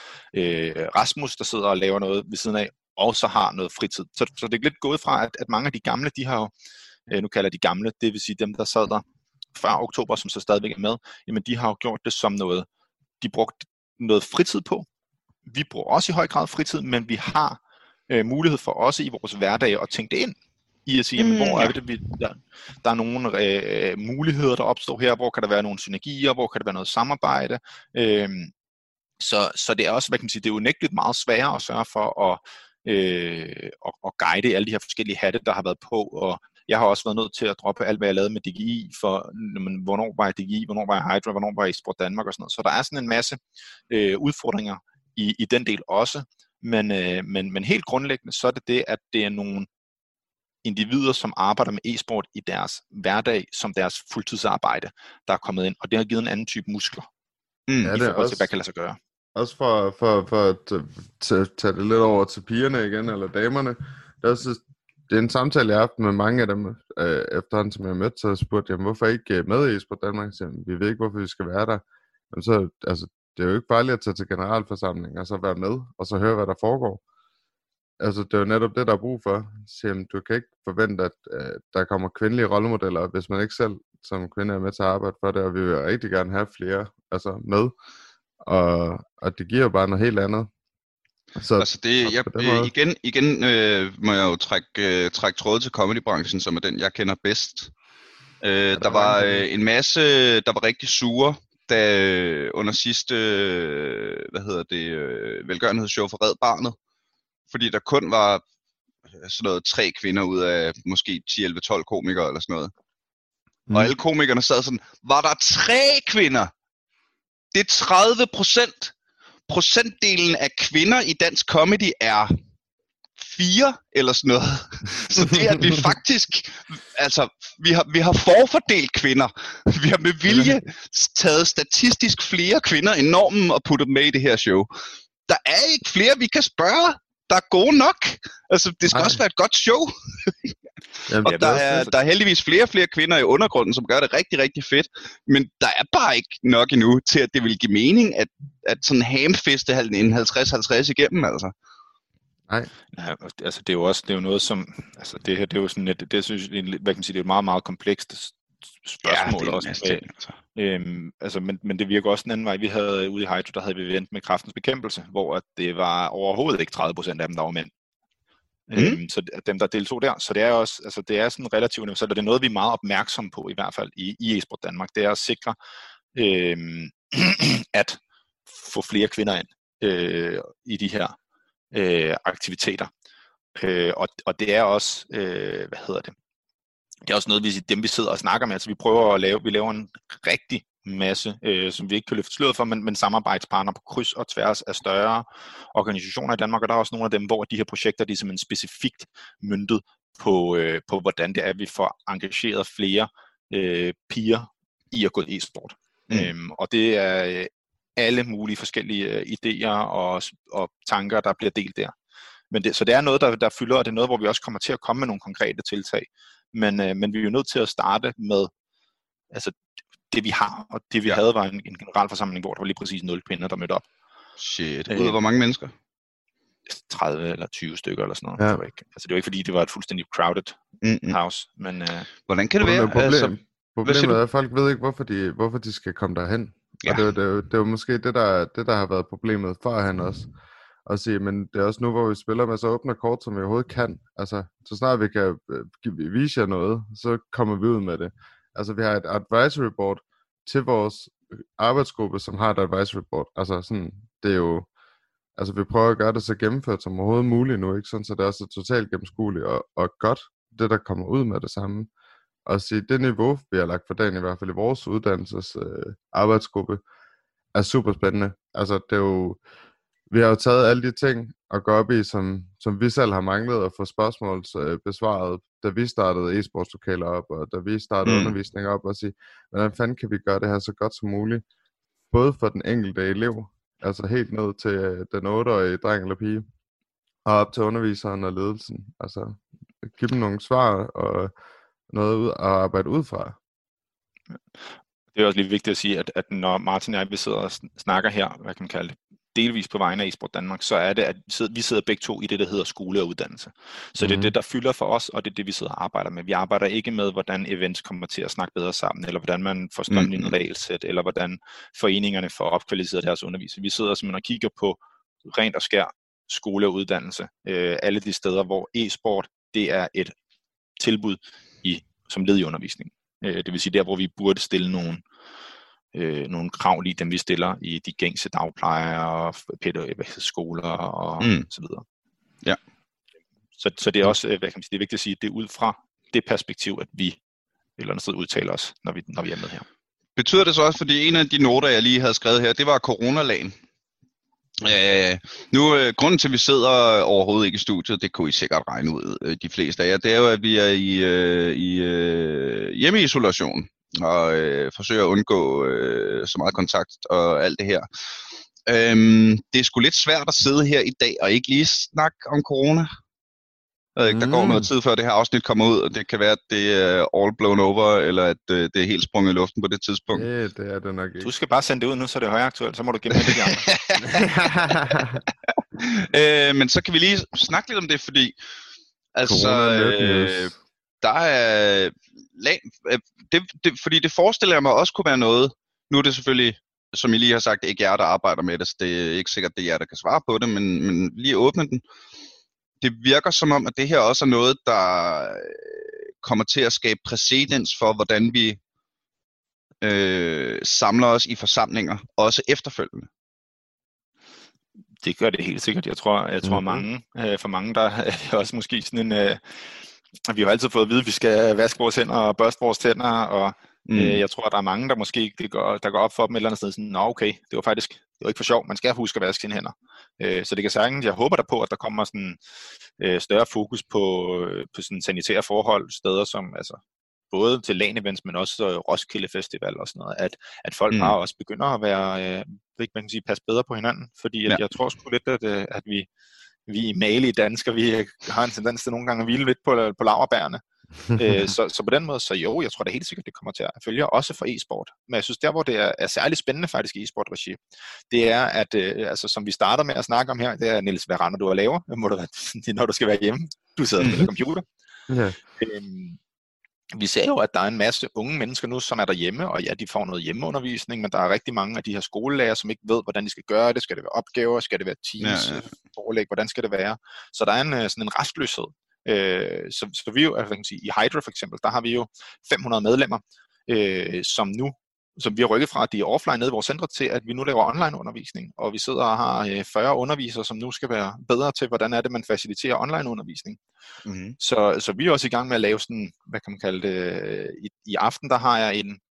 Rasmus, der sidder og laver noget ved siden af, og så har noget fritid. Så det er lidt gået fra, at mange af de gamle, de har jo, nu kalder de gamle, det vil sige dem, der sad der før oktober, som så stadigvæk er med, jamen de har jo gjort det som noget, de brugte noget fritid på. Vi bruger også i høj grad fritid, men vi har mulighed for også i vores hverdag at tænke det ind, i at sige, jamen, hvor er det, der er nogle muligheder, der opstår her, hvor kan der være nogle synergier, hvor kan der være noget samarbejde. Så det er også, hvad kan man sige, det er unægteligt meget sværere at sørge for at guide alle de her forskellige hatte, der har været på, og jeg har også været nødt til at droppe alt, hvad jeg lavede med DGI, for hvornår var jeg DGI, hvornår var jeg Hydra, hvornår var jeg i Sport Danmark og sådan noget. Så der er sådan en masse udfordringer i den del også, men helt grundlæggende, så er det, at det er nogle individer, som arbejder med e-sport i deres hverdag, som deres fuldtidsarbejde, der er kommet ind, og det har givet en anden type muskler, i forhold til, hvad kan lade sig gøre. Også for at tage det lidt over til pigerne igen, eller damerne, det er en samtale, jeg har haft med mange af dem, efterhånden som jeg har mødt, så spurgte jeg, hvorfor ikke med i e-sport Danmark? Så vi ved ikke, hvorfor vi skal være der. Men så, altså, det er jo ikke farligt at tage til generalforsamling, og så være med, og så høre, hvad der foregår. Altså, det er jo netop det, der er brug for. Så, jamen, du kan ikke forvente, at der kommer kvindelige rollemodeller, hvis man ikke selv som kvinde er med til at arbejde for det, og vi vil rigtig gerne have flere med. Og det giver jo bare noget helt andet. Så, altså igen må jeg jo trække tråd til comedybranchen, som er den, jeg kender bedst. Der var en masse, der var rigtig sure, da under sidste, velgørenhedsshow for Red Barnet, fordi der kun var sådan noget 3 kvinder ud af måske 10, 11, 12 komikere eller sådan noget. Og alle komikerne sad sådan, var der 3 kvinder? Det er 30%. Procentdelen af kvinder i dansk comedy er 4 eller sådan noget. Så det er, at vi faktisk, altså, vi har forfordelt kvinder. Vi har med vilje taget statistisk flere kvinder end normen og puttet dem med i det her show. Der er ikke flere, vi kan spørge. Der er gode nok. Altså, det skal også være et godt show. Jamen, og der er heldigvis flere og flere kvinder i undergrunden, som gør det rigtig, rigtig fedt. Men der er bare ikke nok endnu til, at det vil give mening, at sådan hamfeste en 50-50 igennem, altså. Nej. Ja, altså det er jo noget som, altså det her, det er jo sådan et, det synes jeg, hvad kan man sige, det er et meget, meget komplekst spørgsmål også. Altså, men det virker også den anden vej. Vi havde ude i Hydro, der havde vi event med Kræftens Bekæmpelse, hvor det var overhovedet ikke 30% af dem, der var mænd. Så dem, der deltog der. Så det er også, altså det er sådan relativt universelt, og det er noget, vi er meget opmærksomme på, i hvert fald i eSport Danmark. Det er at sikre, at få flere kvinder ind i de her aktiviteter. Og det er også, det er også noget, dem vi sidder og snakker med. Altså vi prøver at vi laver en rigtig masse, som vi ikke kan løfte sløret for, men samarbejdspartnere på kryds og tværs af større organisationer i Danmark, og der er også nogle af dem, hvor de her projekter, de er simpelthen specifikt møntet på hvordan det er, at vi får engageret flere piger i at gå i e-sport. Og det er alle mulige forskellige idéer og tanker, der bliver delt der. Så det er noget, der fylder, og det er noget, hvor vi også kommer til at komme med nogle konkrete tiltag. Men vi er jo nødt til at starte med altså det vi har, og det vi havde var en generalforsamling, hvor der var lige præcis 0 kvinder, der mødte op. Shit, ud af hvor mange mennesker? 30 eller 20 stykker eller sådan noget. Ja. Altså det var ikke fordi, det var et fuldstændig crowded house. Men, hvordan kan det være? Problemet er, at folk ved ikke, hvorfor de skal komme derhen. Ja. Og det er jo måske det, der har været problemet førhen også. Og sige, men det er også nu, hvor vi spiller med så åbne kort, som vi overhovedet kan. Altså, så snart vi kan vise jer noget, så kommer vi ud med det. Altså, vi har et advisory board til vores arbejdsgruppe, som har et advisory board. Altså, sådan, det er jo... Altså, vi prøver at gøre det så gennemført som overhovedet muligt nu, ikke? Sådan, så det er også totalt gennemskueligt og godt, det der kommer ud med det samme. Og sige, det niveau, vi har lagt for dagen, i hvert fald i vores uddannelses arbejdsgruppe, er super spændende. Altså, det er jo... Vi har jo taget alle de ting og gå op i, som vi selv har manglet at få spørgsmål besvaret, da vi startede e-sportslokaler op, og da vi startede undervisning op, og sige, hvordan fanden kan vi gøre det her så godt som muligt? Både for den enkelte elev, altså helt ned til den 8-årige dreng eller pige, og op til underviseren og ledelsen. Altså, give dem nogle svar og noget ud at arbejde ud fra. Det er også lige vigtigt at sige, at når Martin og jeg sidder og snakker her, hvad kan man kalde det, delvis på vegne af eSport Danmark, så er det, at vi sidder begge to i det, der hedder skole og uddannelse. Så det er det, der fylder for os, og det er det, vi sidder og arbejder med. Vi arbejder ikke med, hvordan events kommer til at snakke bedre sammen, eller hvordan man får strømlignet regelsæt, eller hvordan foreningerne får opkvalificeret deres undervisning. Vi sidder simpelthen og kigger på rent og skær skole og uddannelse. Alle de steder, hvor e-sport, det er et tilbud som led i undervisningen. Det vil sige der, hvor vi burde stille nogle krav lige dem vi stiller i de gængse dagplejer og skoler og så videre. Ja. Så det er også, hvad kan man sige, det er vigtigt at sige, det er ud fra det perspektiv, at vi et eller andet sted udtaler os, når vi er med her. Betyder det så også, fordi en af de noter, jeg lige havde skrevet her, det var coronalagen. Nu, grunden til, at vi sidder overhovedet ikke i studiet, det kunne I sikkert regne ud, de fleste af jer, det er jo, at vi er i hjemmeisolation og forsøger at undgå så meget kontakt og alt det her. Det er sgu lidt svært at sidde her i dag og ikke lige snakke om corona. Der går noget tid før det her afsnit kommer ud, og det kan være, at det er all blown over, eller at det er helt sprunget i luften på det tidspunkt. Det er det nok ikke. Du skal bare sende det ud nu, så det er højaktuelt, så må du gemme det de andre. Men så kan vi lige snakke lidt om det, fordi altså, der er fordi det forestiller jeg mig også kunne være noget. Nu er det selvfølgelig, som I lige har sagt, ikke jer, der arbejder med det, så det er ikke sikkert, det er jer, der kan svare på det, men lige åbne den. Det virker som om, at det her også er noget, der kommer til at skabe præcedens for, hvordan vi samler os i forsamlinger, også efterfølgende. Det gør det helt sikkert. Jeg tror mange, for mange, der er også måske sådan en... vi har altid fået at vide, at vi skal vaske vores hænder og børste vores tænder, og jeg tror, at der er mange, der måske der går op for dem et eller andet sted, sådan, nå okay, det var ikke for sjov, man skal huske at vaske sine hænder. Så det kan sagtens, jeg håber der på, at der kommer sådan større fokus på sådan sanitære forhold, steder som, altså, både til LAN-events, men også Roskilde Festival og sådan noget, at folk bare også begynder at være, man kan sige, passe bedre på hinanden, fordi jeg tror sgu lidt, at vi i malige danskere, vi har en tendens til nogle gange at hvile lidt på laurbærrene. Så på den måde, så jo, jeg tror da helt sikkert, det kommer til at følge, også for e-sport. Men jeg synes, der hvor det er særligt spændende faktisk i e-sport-regi, det er, at altså, som vi starter med at snakke om her, det er, Niels, hvad render du at lave? Det er, når du skal være hjemme. Du sidder og spiller computer. Ja. Vi ser jo, at der er en masse unge mennesker nu, som er derhjemme, og ja, de får noget hjemmeundervisning, men der er rigtig mange af de her skolelærer, som ikke ved, hvordan de skal gøre det. Skal det være opgaver? Skal det være teams? Forelæg? Hvordan skal det være? Så der er sådan en restløshed. Så vi jo, altså, kan sige, i Hydra for eksempel, der har vi jo 500 medlemmer, som vi har rykket fra, at de er offline nede i vores centre, til at vi nu laver online undervisning, og vi sidder og har 40 undervisere, som nu skal være bedre til, hvordan er det, man faciliterer online undervisning. Mm-hmm. Så vi er også i gang med at lave sådan, hvad kan man kalde det, i aften, der har jeg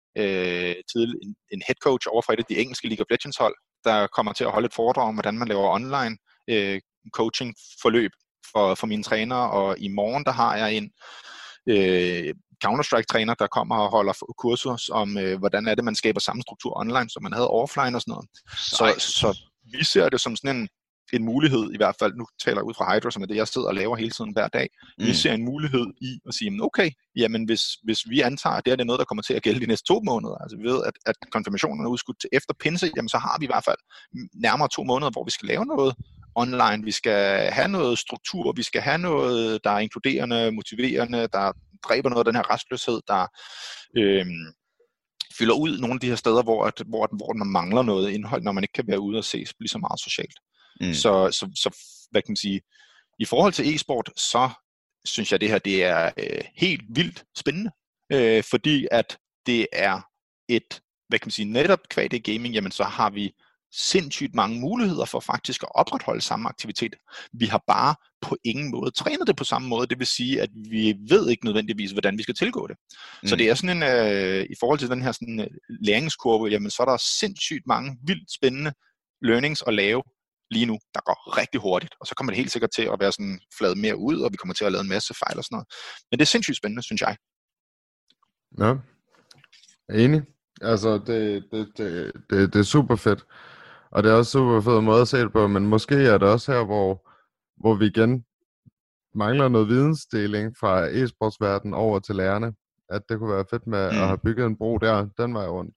en head coach over fra et af de engelske League of Legends hold, der kommer til at holde et foredrag om, hvordan man laver online coaching forløb for mine trænere, og i morgen, der har jeg en Counter-Strike-træner, der kommer og holder kurser om, hvordan er det, man skaber samme struktur online, som man havde offline og sådan noget. Så vi ser det som sådan en mulighed, i hvert fald, nu taler jeg ud fra Hydra, som er det, jeg sidder og laver hele tiden hver dag. Vi ser en mulighed i at sige, okay, jamen hvis vi antager, at det er noget, der kommer til at gælde de næste 2 måneder, altså vi ved, at konfirmationen er udskudt til efter pinse, jamen så har vi i hvert fald nærmere 2 måneder, hvor vi skal lave noget online, vi skal have noget struktur, vi skal have noget, der er inkluderende, motiverende, der dræber noget af den her restløshed, der fylder ud nogle af de her steder, hvor man mangler noget indhold, når man ikke kan være ude og ses lige så meget socialt. Så hvad kan man sige, i forhold til e-sport, så synes jeg, det her det er helt vildt spændende, fordi at det er hvad kan man sige, netop kvad det gaming, jamen så har vi sindssygt mange muligheder for faktisk at opretholde samme aktivitet. Vi har bare på ingen måde trænet det på samme måde. Det vil sige, at vi ved ikke nødvendigvis, hvordan vi skal tilgå det. Så det er sådan en, i forhold til den her sådan, læringskurve, jamen så er der sindssygt mange vildt spændende learnings at lave lige nu, der går rigtig hurtigt. Og så kommer det helt sikkert til at være sådan fladet mere ud, og vi kommer til at lave en masse fejl og sådan noget. Men det er sindssygt spændende, synes jeg. Ja, jeg er enig. Altså, det er super fedt. Og det er også super fed måde at se det på, men måske er det også her, hvor vi igen mangler noget vidensdeling fra e-sportsverdenen over til lærerne. At det kunne være fedt med at have bygget en bro der, den vej rundt.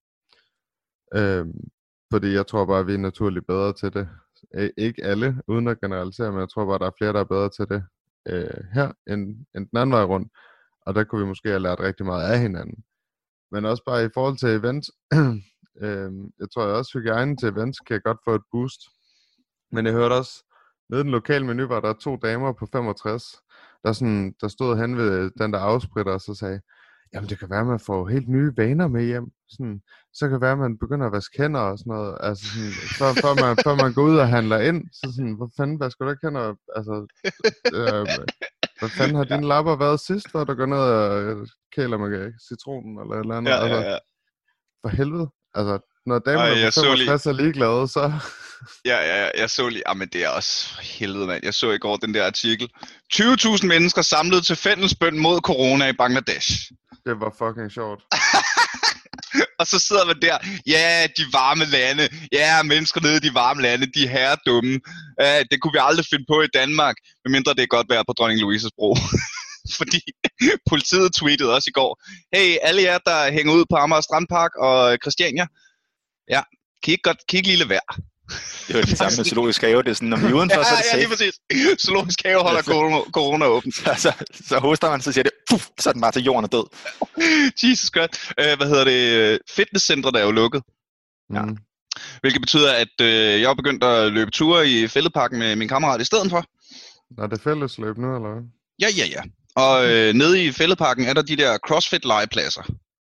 Fordi jeg tror bare, at vi er naturligt bedre til det. Ikke alle, uden at generalisere, men jeg tror bare, at der er flere, der er bedre til det her, end den anden vej rundt. Og der kunne vi måske have lært rigtig meget af hinanden. Men også bare i forhold til events, jeg tror også, hygiejnen til events kan godt få et boost. Men jeg hørte også, nede i den lokale menu var der 2 damer på 65, der stod hen ved den der afspritter, og så sagde, jamen det kan være, at man får helt nye vaner med hjem. Sådan, så kan det være, at man begynder at vaske hænder og sådan noget. Altså sådan, før man går ud og handler ind, så sådan, hvor fanden vasker du ikke hænder? Altså, hvad fanden har dine lapper været sidst, hvor du går ned og kæler med citronen eller et eller andet? Ja. For helvede. Altså, når damerne på 65 er ligeglade, så... Jeg så lige... Jamen, det er også helvede, mand. Jeg så i går den der artikel. 20.000 mennesker samlet til fællesbøn mod corona i Bangladesh. Det var fucking sjovt. Og så sidder man der, ja, de varme lande, ja, mennesker nede i de varme lande, de er herredumme. Ja, det kunne vi aldrig finde på i Danmark, medmindre det er godt vejr på Dronning Louises bro. Fordi politiet tweetede også i går, hey, alle jer, der hænger ud på Amager Strandpark og Christiania, ja, kan I ikke lige lade være? Det var det samme med zoologisk have, det er sådan, når vi er udenfor, så er det safe. Ja, lige præcis. Zoologisk have holder corona åben. Så hoster man, så siger det, så er den bare til jorden og død. Jesus Christ. Fitnesscentre der er jo lukket. Ja. Hvilket betyder, at jeg har begyndt at løbe ture i Fælledparken med min kammerat i stedet for. Er det fællesløb nu, eller hvad? Ja. Og nede i Fælledparken er der de der CrossFit-legepladser.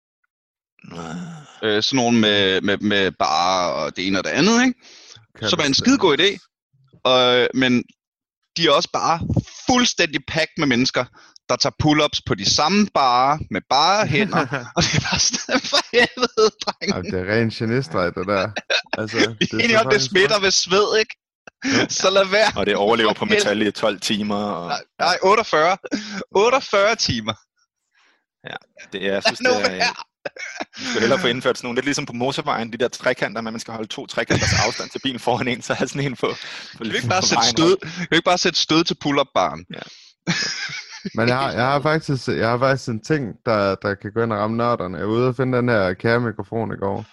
Sådan nogle med bare og det ene og det andet, ikke? Som er en skidegod idé. Men de er også bare fuldstændig pakket med mennesker, der tager pull-ups på de samme barer med bare hænder. Og det er bare sådan, for helvede, drenge. Ja, det er ren genistreg, det der. Altså, det er enige om, det smitter ved sved, ikke? Ja. Så lad være. Og det overlever på metal i 12 timer. Og... Nej, 48. 48 timer. Ja, det er, jeg synes, det er... Du skal hellere få indført sådan nogle, lidt ligesom på motorvejen, de der trekanter, man skal holde 2 trekanters afstand til bilen foran en, så har sådan en på du kan ikke bare sætte stød til pull-up-baren. Ja. Men jeg har faktisk en ting, der kan gå ind og ramme nørderne. Jeg var ude og finde den her kære mikrofon i går.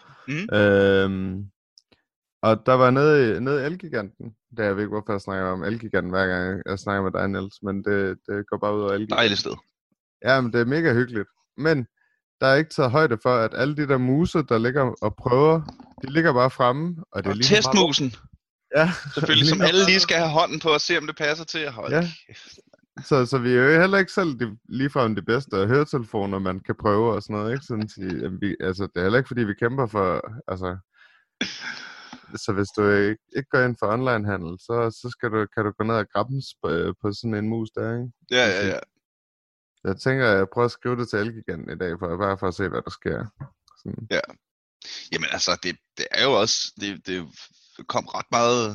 Og der var nede i Elgiganten. Der jeg ved ikke, hvorfor jeg snakker om Elgiganten hver gang jeg snakker med dig, Niels, men det går bare ud over Elgiganten. Dejligt sted. Ja, men det er mega hyggeligt. Men der er ikke taget højde for, at alle de der muse, der ligger og prøver, de ligger bare fremme. Og det er lige testmusen. Ja. Selvfølgelig, som alle lige skal have hånden på og se, om det passer til at holde. Ja. Så vi er jo heller ikke selv ligefrem de bedste høretelefoner, man kan prøve og sådan noget, ikke? Sådan altså, det er heller ikke, fordi vi kæmper for, altså... Så hvis du ikke går ind for onlinehandel, så kan du gå ned og grabbe på sådan en mus der, ikke? Ja. Jeg tænker, at jeg prøver at skrive det til Elgiganten i dag, bare for at se, hvad der sker. Sådan. Ja. Jamen altså, det er jo også, det kom ret meget,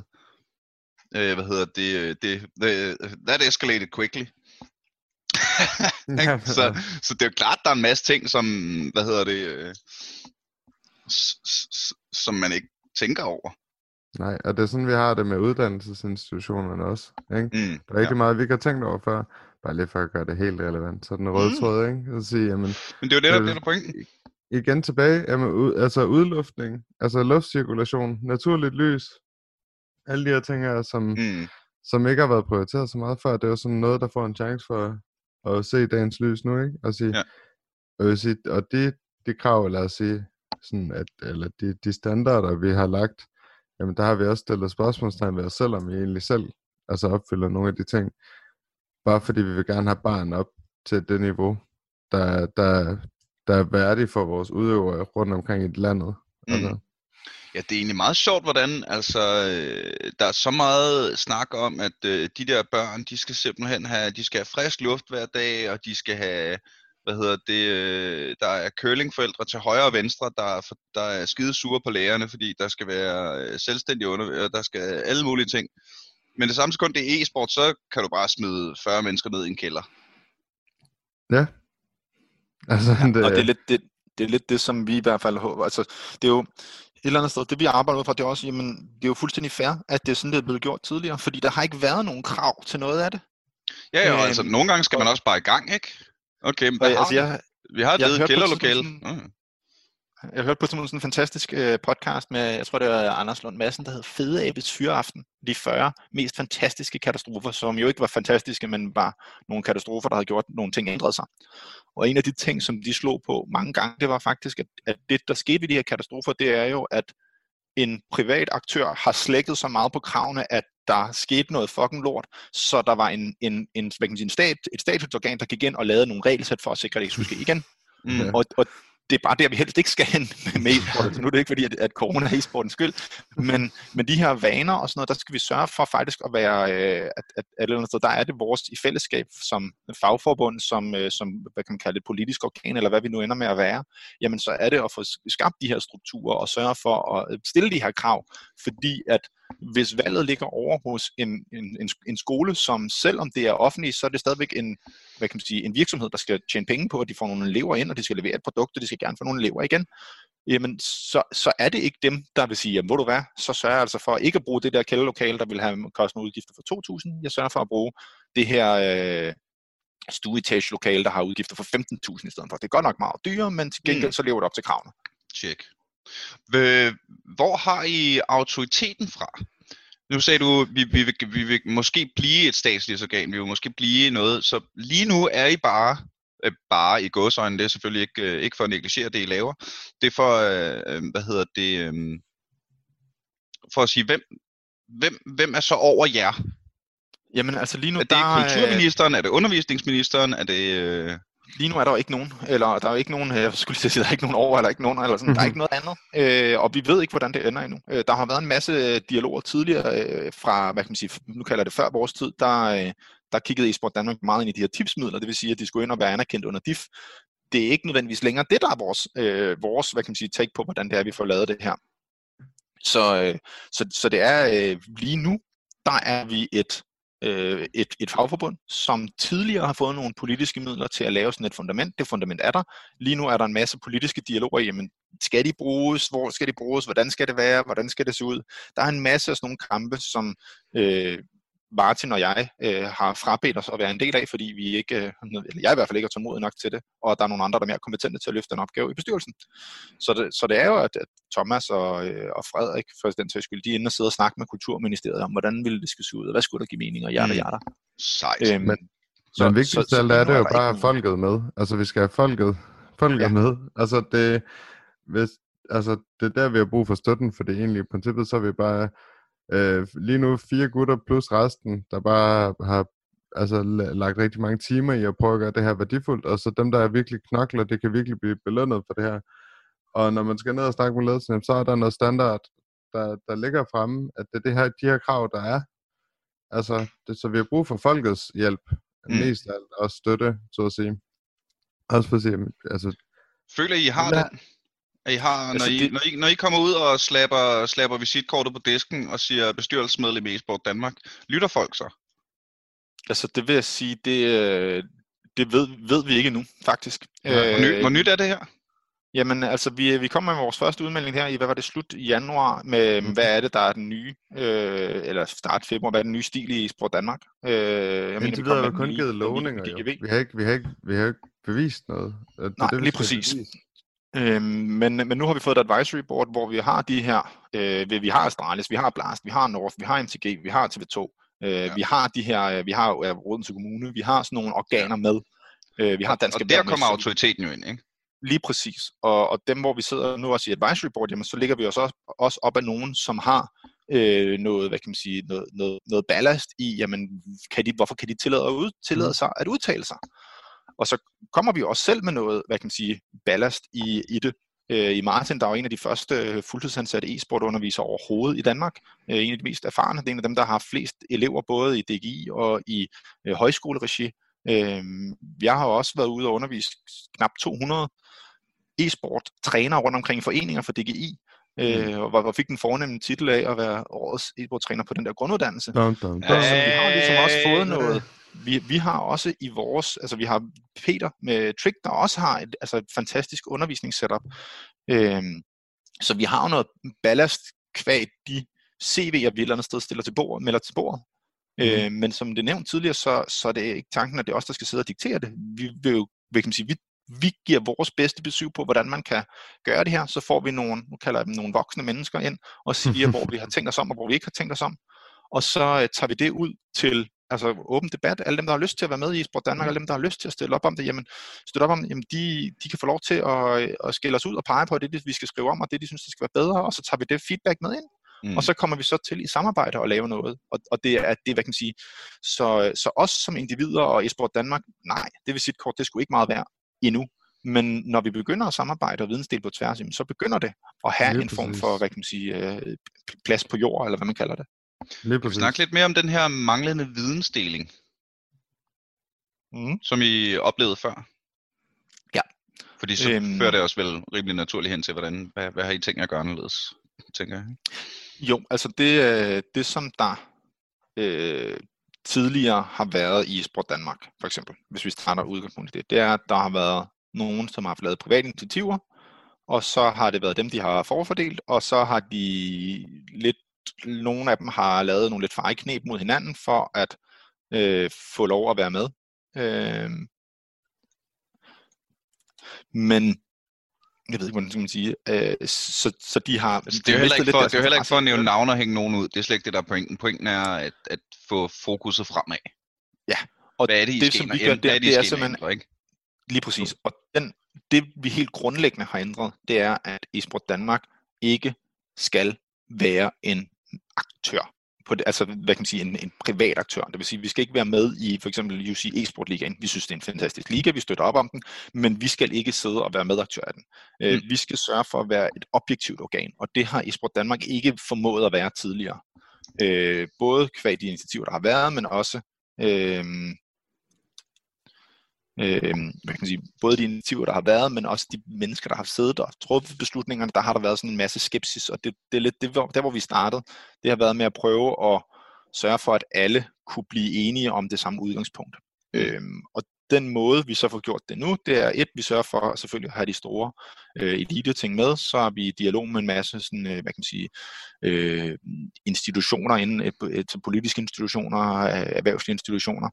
that escalated quickly. Så det er jo klart, der er en masse ting, som, som man ikke tænker over. Nej, og det er sådan, vi har det med uddannelsesinstitutionerne også, ikke? Der er ikke meget, vi kan tænke over før. Bare lige for at gøre det helt relevant. Så den røde tråd, ikke? Så sige, jamen, men det er jo det, der er pointen. Igen tilbage, jamen, udluftning, altså luftcirkulation, naturligt lys, alle de her ting her, som ikke har været prioriteret så meget før, det er jo sådan noget, der får en chance for at se dagens lys nu, ikke? Og sige, og de krav, lad os sige, sådan at, eller de standarder, vi har lagt, jamen der har vi også stillet spørgsmålstegn ved os selv, om vi egentlig selv altså opfylder nogle af de ting. Bare fordi vi vil gerne have barn op til det niveau, der er værdigt for vores udøvere rundt omkring i landet. Altså. Ja, det er egentlig meget sjovt, hvordan altså, der er så meget snak om, at de der børn, de skal simpelthen de skal have frisk luft hver dag, og de skal have, der er curlingforældre til højre og venstre, der er skide sure på lærerne, fordi der skal være selvstændige og der skal alle mulige ting. Men det samme sekund, det er e-sport, så kan du bare smide 40 mennesker ned i en kælder. Ja. Altså, og det er lidt det, som vi i hvert fald håber. Altså, det er jo et eller andet sted, det vi arbejder ud fra, det er også, jamen, det er jo fuldstændig fair, at det er sådan, det er blevet gjort tidligere, fordi der har ikke været nogen krav til noget af det. Ja, altså nogle gange skal man også bare i gang, ikke? Okay, men vi har et kælderlokale. Jeg hørte på sådan en fantastisk podcast med, jeg tror det var Anders Lund Madsen, der hed Fede Abes Fyraften. De 40 mest fantastiske katastrofer, som jo ikke var fantastiske, men var nogle katastrofer, der havde gjort nogle ting ændrede sig. Og en af de ting, som de slog på mange gange, det var faktisk, at det, der skete ved de her katastrofer, det er jo, at en privat aktør har slækket så meget på kravene, at der skete noget fucking lort, så der var et statligt organ, der gik ind og lavede nogle regelsæt for at sikre, at det ikke skulle ske igen. Og det er bare der, vi helst ikke skal hen med e-sport. Altså, nu er det ikke fordi, at corona er e-sportens skyld, men de her vaner og sådan noget, der skal vi sørge for faktisk at være, at eller andet sted, der er det vores i fællesskab som fagforbund, som hvad kan man kalde det, politisk organ, eller hvad vi nu ender med at være, jamen så er det at få skabt de her strukturer og sørge for at stille de her krav, fordi at hvis valget ligger over hos en skole, som selvom det er offentligt, så er det stadigvæk en virksomhed, der skal tjene penge på, at de får nogle elever ind, og de skal levere et produkt, og de skal gerne få nogle elever igen, jamen så er det ikke dem, der vil sige, jamen hvor du hvad, så sørger jeg altså for ikke at bruge det der kælderlokale, der vil have kostende udgifter for 2.000, jeg sørger for at bruge det her stueetage-lokale, der har udgifter for 15.000 i stedet for. Det er godt nok meget dyrere, men til gengæld så lever det op til kravene. Check. Hvor har I autoriteten fra? Nu sagde du, vi vil måske blive et statsligt organ, vi vil måske blive noget, så lige nu er I bare i gåseøjne, det er selvfølgelig ikke for at negligere det, I laver. Det er for, for at sige, hvem er så over jer? Jamen altså lige nu, er det kulturministeren, er det undervisningsministeren, er det... Lige nu er der jo ikke nogen, eller der er jo ikke nogen, jeg skulle lige sige, der er ikke nogen over, eller ikke nogen, eller sådan, der er ikke noget andet, og vi ved ikke, hvordan det ender endnu. Der har været en masse dialoger tidligere fra, hvad kan man sige, nu kalder det før vores tid, der kiggede eSport Danmark meget ind i de her tipsmidler, det vil sige, at de skulle ind og være anerkendt under DIF. Det er ikke nødvendigvis længere det, der er vores hvad kan man sige, take på, hvordan det er, vi får lavet det her. Så det er lige nu, der er vi et fagforbund, som tidligere har fået nogle politiske midler til at lave sådan et fundament. Det fundament er der. Lige nu er der en masse politiske dialoger. Jamen, skal de bruges? Hvor skal de bruges? Hvordan skal det være? Hvordan skal det se ud? Der er en masse af sådan nogle kampe, som Martin og jeg har frabedt os at være en del af, fordi vi ikke, eller jeg i hvert fald ikke er tålmodig nok til det, og der er nogle andre, der er mere kompetente til at løfte den opgave i bestyrelsen. Så det er jo, at Thomas og Frederik, for den sags skyld, de er inde og sidder og snakker med Kulturministeriet om, hvordan ville det skal se ud, og hvad skulle der give mening, og hjerter. Sejt. Men vigtigst af alt er det jo bare at folket med. Altså vi skal have folket med. Altså det er der, vi har brug for støtten, for det egentlig i princippet, så er vi bare lige nu 4 gutter plus resten, der bare har lagt rigtig mange timer i at prøve at gøre det her værdifuldt, og så dem, der er virkelig knokler, det kan virkelig blive belønnet for det her. Og når man skal ned og snakke med ledelsen, så er der noget standard, der ligger fremme, at det er de her krav, der er. Altså, så vi har brug for folkets hjælp, mest af alt, og støtte, så at sige. Også for at sige, altså... Føler I har den? I har, når I kommer ud og slapper visitkortet på disken og siger bestyrelsesmedlem i eSport Danmark, lytter folk så? Altså det vil jeg sige, det ved vi ikke nu, faktisk. Hvor nyt er det her? Jamen altså, vi kommer med vores første udmelding her i, hvad var det, slut januar, med hvad er det, der er den nye, eller start februar, hvad er den nye stil i eSport Danmark? Indtil videre har vi kun givet lovninger, jo. Vi har ikke bevist noget. Nej, lige præcis. Men nu har vi fået et advisory board, hvor vi har de her, vi har Astralis, vi har Blast, vi har North, vi har MTG, vi har TV2, vi har de her, vi har Odense Kommune, vi har sådan nogle organer med, vi har Danske og der kommer autoriteten jo ind, ikke? Lige præcis, og dem, hvor vi sidder nu også i advisory board, jamen så ligger vi også op af nogen, som har noget, hvad kan man sige, noget ballast i, jamen hvorfor kan de tillade sig at udtale sig? Og så kommer vi også selv med noget, hvad kan man sige, ballast i det. I Martin, der er jo en af de første fuldtidsansatte e-sportundervisere overhovedet i Danmark. En af de mest erfarne. Det er en af dem, der har flest elever, både i DGI og i højskoleregi. Jeg har også været ude og undervise knap 200 e-sport-trænere rundt omkring i foreninger for DGI. Og fik den fornemme titel af at være årets e-sport-træner på den der grunduddannelse. Så vi har ligesom også fået noget. Vi har også i vores, altså vi har Peter med Trick, der også har et fantastisk undervisningssetup. Så vi har jo noget ballast kvad de CV'er, vi et eller andet sted melder til bordet. Men som det nævnt tidligere, så er det ikke tanken, at det er os, der skal sidde og diktere det. Vi vil jo, hvad kan man sige, vi giver vores bedste besøg på, hvordan man kan gøre det her. Så får vi nu kalder jeg dem nogle voksne mennesker ind, og siger, hvor vi har tænkt os om, og hvor vi ikke har tænkt os om. Og så tager vi det ud til åben debat. Alle dem, der har lyst til at være med i eSport Danmark, alle dem, der har lyst til at stille op om det, jamen de kan få lov til at skille os ud og pege på det, vi skal skrive om, og det, de synes, det skal være bedre, og så tager vi det feedback med ind. Og så kommer vi så til i samarbejde og lave noget. Og det er, hvad kan man sige, så os som individer og eSport Danmark, nej, det vil sige kort, det skulle ikke meget være endnu. Men når vi begynder at samarbejde og vidensdele på tværs, så begynder det at have Lige en form præcis. for, hvad kan man sige, plads på jord, eller hvad man kalder det. Lige Kan vi præcis. snakke lidt mere om den her manglende vidensdeling, som I oplevede før? Ja. Fordi så fører det også vel rimelig naturligt hen til, hvad har I tænkt jer at gøre anderledes, tænker jeg? Jo, altså det som der tidligere har været i eSport Danmark, for eksempel, hvis vi starter udgangspunkt i det, det er, at der har været nogen, som har lavet private initiativer, og så har det været dem, de har forfordelt, og så har nogle af dem har lavet nogle lidt fejekneb mod hinanden, for at få lov at være med. Men jeg ved ikke, hvordan skal man sige, så de har... Det er jo heller ikke for at nævne navne og hænge nogen ud. Det er slet ikke det, der er pointen. Pointen er at få fokuset fremad. Ja, og hvad er det, som vi gør, det er simpelthen... Ikke? Lige præcis. Og det, vi helt grundlæggende har ændret, det er, at eSport Danmark ikke skal være en aktør. Altså, hvad kan man sige, en privat aktør. Det vil sige, vi skal ikke være med i for eksempel UC eSport Ligaen. Vi synes, det er en fantastisk liga, vi støtter op om den, men vi skal ikke sidde og være medaktør af den. Vi skal sørge for at være et objektivt organ, og det har eSport Danmark ikke formået at være tidligere. Både kvad de initiativer, der har været, men også hvad kan man sige, både de initiativer, der har været, men også de mennesker, der har siddet og truffet beslutningerne, der har der været sådan en masse skepsis, og det er lidt der, hvor vi startede. Det har været med at prøve at sørge for, at alle kunne blive enige om det samme udgangspunkt. Og den måde, vi så får gjort det nu, det er vi sørger for selvfølgelig at have de store elite-ting med, så er vi i dialog med en masse sådan, hvad kan man sige, institutioner inden, til politiske institutioner, erhvervslige institutioner.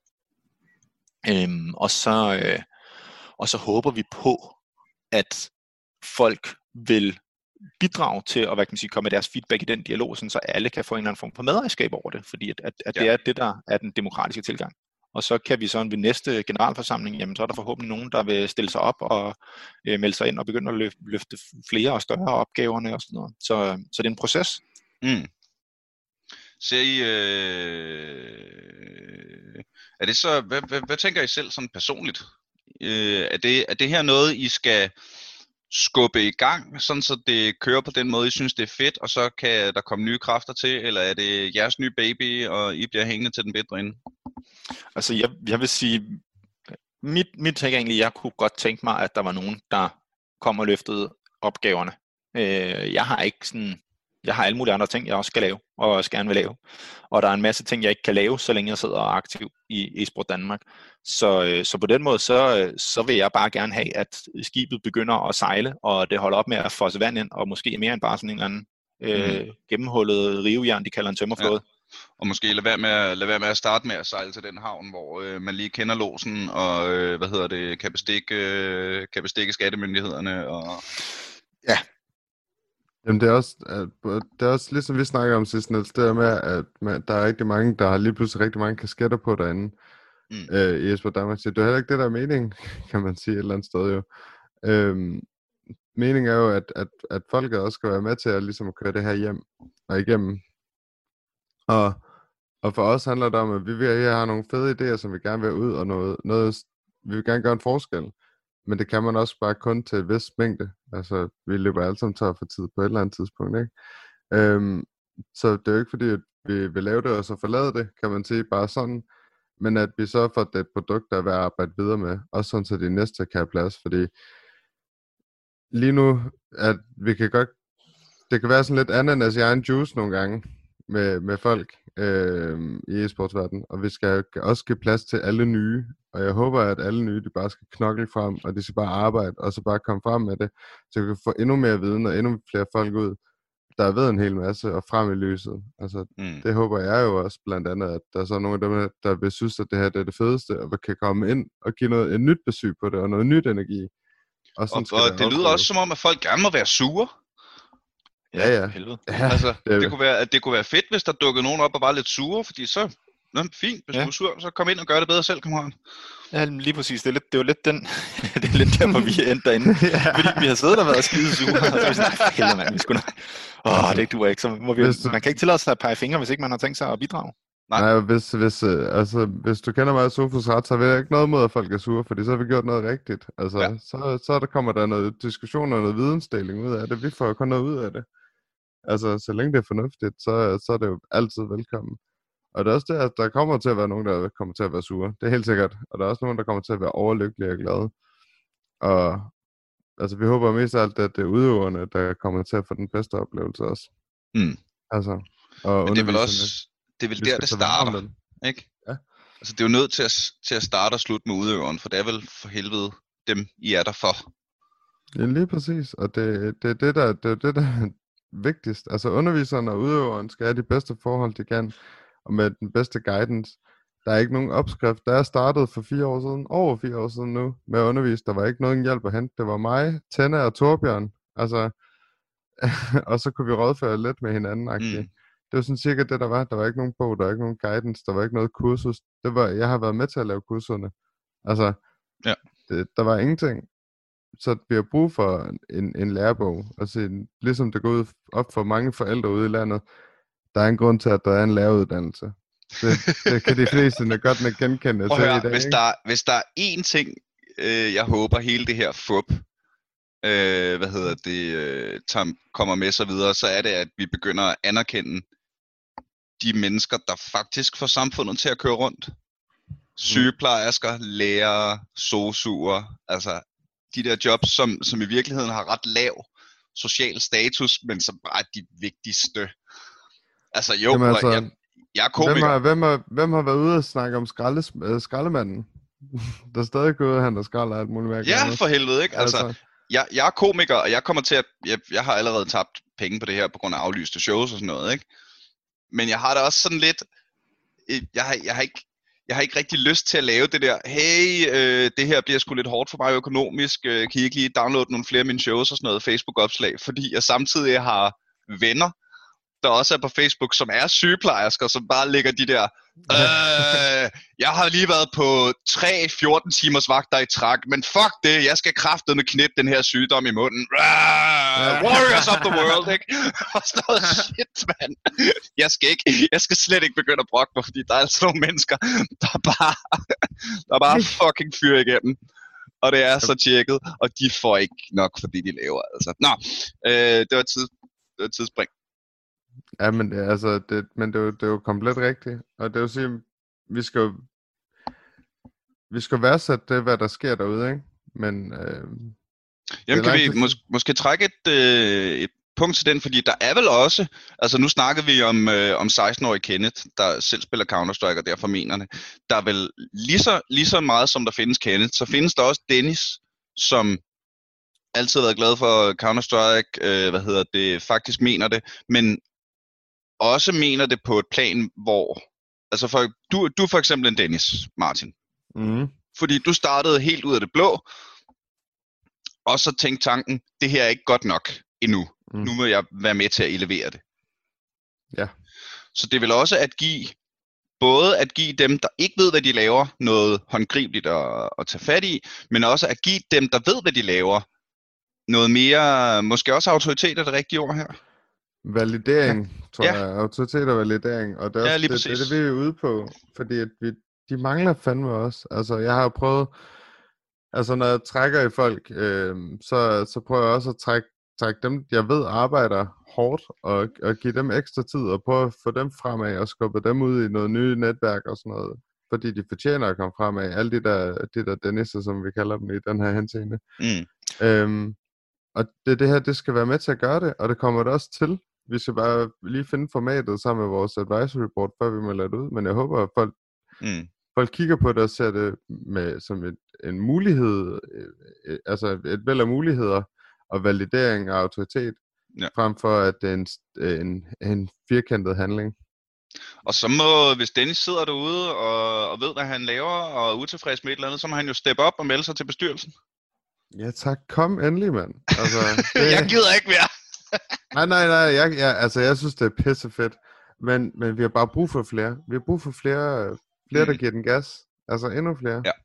Og så håber vi på, at folk vil bidrage til at, hvad kan man sige, komme med deres feedback i den dialog, sådan så alle kan få en eller anden form for medejerskab over det, fordi at det er det, der er den demokratiske tilgang. Og så kan vi så ved næste generalforsamling, jamen så er der forhåbentlig nogen, der vil stille sig op og melde sig ind og begynde at løfte flere og større opgaverne og sådan noget. Så det er en proces. Ser I, er det så, hvad tænker I selv sådan personligt? Er det her noget, I skal skubbe i gang, sådan så det kører på den måde, I synes det er fedt, og så kan der komme nye kræfter til, eller er det jeres nye baby, og I bliver hængende til den bedre ende? Altså jeg vil sige, mit tænker egentlig, jeg kunne godt tænke mig, at der var nogen, der kom og løftede opgaverne. Jeg har alle mulige andre ting, jeg også skal lave, og også gerne vil lave. Og der er en masse ting, jeg ikke kan lave, så længe jeg sidder og er aktiv i eSport Danmark. Så på den måde, så vil jeg bare gerne have, at skibet begynder at sejle, og det holder op med at fosse vand ind, og måske mere end bare sådan en eller anden gennemhullet rivejern, de kalder en tømmerflåde. Ja. Og måske lade være med at starte med at sejle til den havn, hvor man lige kender lodsen, og kan bestikke skattemyndighederne. Og... Ja. Jamen det er også ligesom vi snakker om sidst, Niels, det er med, at der er rigtig mange, der har lige pludselig rigtig mange kasketter på derinde. I eSport Danmark. Det er heller ikke det, der er meningen, kan man sige et eller andet sted jo. Meningen er jo, at folket også skal være med til at, ligesom at køre det her hjem og igennem. Og for os handler det om, at vi har nogle fede idéer, som vi gerne vil ud, og noget vi vil gerne gøre en forskel. Men det kan man også bare kun til et vis mængde. Altså, vi løber alle sammen tør for tid på et eller andet tidspunkt, ikke? Så det er jo ikke fordi, at vi vil lave det og så forlade det, kan man sige, bare sådan. Men at vi så får det produkt, der er værd at arbejde videre med. Også sådan, så de næste kan have plads. Fordi lige nu, at vi kan godt... Det kan være sådan lidt ananas i egen juice nogle gange med folk i e-sportsverdenen. Og vi skal også give plads til alle nye. Og jeg håber, at alle nye, de bare skal knokle frem, og de skal bare arbejde, og så bare komme frem med det. Så vi kan få endnu mere viden, og endnu flere folk ud, der ved en hel masse, og frem i lyset. Altså, det håber jeg jo også, blandt andet, at der er så nogle af dem, der vil synes, at det her det er det fedeste, og kan komme ind og give et nyt besøg på det, og noget nyt energi. Og det lyder også som om, at folk gerne må være sure. Ja. Altså, det kunne være fedt, hvis der dukkede nogen op og var lidt sure, fordi så... Nå, fint, hvis du er sur, så kom ind og gør det bedre selv, kammerat. Ja, lige præcis. Det er jo lidt den, det er lidt der, hvor vi er endt derinde. Fordi vi har siddet og været skide sure, og så er vi sådan, for helvede mand, vi skulle det duer ikke. Så må vi, man kan ikke tillade sig at pege fingre, hvis ikke man har tænkt sig at bidrage. Nej, hvis du kender mig af Sofus ret, så vil jeg ikke noget mod, at folk er sure, fordi så har vi gjort noget rigtigt. Altså, Ja. så kommer der noget diskussion og noget vidensdeling ud af det. Vi får jo kun noget ud af det. Altså, så længe det er fornuftigt, så er det jo altid velkommen. Og det er også det, at der kommer til at være nogen, der kommer til at være sure. Det er helt sikkert. Og der er også nogen, der kommer til at være overlykkelige og glade. Og altså, vi håber mest af alt, at det er udøverne, der kommer til at få den bedste oplevelse også. Mm. Altså, og men det er vel også, det er vel der, det starter, ikke? Ja. Altså, det er jo nødt til at starte og slutte med udøveren, for det er vel for helvede dem, I er der for. Ja, lige præcis. Og det er det, der er vigtigst. Altså, underviseren og udøveren skal have de bedste forhold, de kan, og med den bedste guidance. Der er ikke nogen opskrift. Da jeg startede for 4 år siden, over 4 år siden nu, med at undervise, der var ikke nogen hjælp at hente. Det var mig, Tenna og Torbjørn. Altså, og så kunne vi rådføre lidt med hinanden. Det var sådan cirka det, der var. Der var ikke nogen bog, der var ikke nogen guidance, der var ikke noget kursus. Jeg har været med til at lave kurserne. Altså, ja. Der var ingenting. Så vi har brug for en lærebog. Altså, ligesom det går ud op for mange forældre ude i landet, der er en grund til, at der er en læreruddannelse. Det kan de fleste godt nok genkende til i dag. Hvis der er én ting, jeg håber hele det her fup, kommer med så videre, så er det, at vi begynder at anerkende de mennesker, der faktisk får samfundet til at køre rundt. Sygeplejersker, lærere, sosuer, altså de der jobs, som i virkeligheden har ret lav social status, men som bare er de vigtigste. Altså jo, jamen, altså, jeg er komiker. Hvem har været ude og snakke om skraldemanden? Der er stadig gået, han der skralder alt muligt mærkeligt. Ja, for helvede, ikke? Altså, jeg er komiker, og jeg kommer til at... Jeg har allerede tabt penge på det her, på grund af aflyste shows og sådan noget, ikke? Men jeg har da også sådan lidt... Jeg har ikke rigtig lyst til at lave det der, det her bliver sgu lidt hårdt for mig økonomisk, kan I ikke lige downloade nogle flere af mine shows og sådan noget Facebook-opslag, fordi jeg samtidig har venner, der også er på Facebook, som er sygeplejersker, som bare lægger de der, jeg har lige været på 3-14 timers vagter i træk, men fuck det, jeg skal kraftedeme knippe den her sygdom i munden. Warriors of the world, ikke? Og sådan noget shit, mand. Jeg skal slet ikke begynde at brokke mig, fordi der er altså nogle mennesker, der bare fucking fyrer igennem. Og det er så tjekket, og de får ikke nok for det, de laver, altså. Nå, det var et tidsspring. Ja, men det er jo komplet rigtigt. Og det er jo at sige, vi skal værdsætte det, hvad der sker derude, ikke? Men jamen kan vi måske trække et punkt til den, fordi der er vel også, altså nu snakkede vi om 16-årige Kenneth, der selv spiller Counter-Strike og derfor mener det. Der er vel lige så meget, som der findes Kenneth, så findes der også Dennis, som altid har været glad for Counter-Strike, faktisk mener det, men også mener det på et plan, hvor... Altså, du er for eksempel en Dennis, Martin. Fordi du startede helt ud af det blå, og så tænkte tanken, det her er ikke godt nok endnu. Nu må jeg være med til at elevere det. Ja. Så det vil også at give dem, der ikke ved, hvad de laver, noget håndgribeligt at tage fat i, men også at give dem, der ved, hvad de laver, noget mere, måske også autoritet er det rigtige ord her. Validering, tror jeg. Autoritet og validering. Og det er også det, vi er ude på. Fordi at de mangler fandme også. Altså, jeg har prøvet... Altså, når jeg trækker i folk, så prøver jeg også at trække dem, jeg ved arbejder hårdt, og give dem ekstra tid, og prøve at få dem fremad, og skubbe dem ud i noget nye netværk og sådan noget. Fordi de fortjener at komme fremad. Alle de der Dennis'er, som vi kalder dem i den her henseende. Og det her, det skal være med til at gøre det, og det kommer det også til. Vi skal bare lige finde formatet sammen med vores advisory board, før vi må lade det ud. Men jeg håber, at folk kigger på det og ser det som en mulighed, altså et væld af muligheder og validering og autoritet, frem for at det er en firkantet handling. Og så hvis Dennis sidder derude og ved, hvad han laver, og er utilfreds med et eller andet, så må han jo steppe op og melde sig til bestyrelsen. Ja tak, kom endelig, mand. Altså, jeg gider ikke mere. Nej, jeg synes, det er pissefedt. Men vi har bare brug for flere. Vi har brug for flere, der giver den gas. Altså endnu flere. Ja.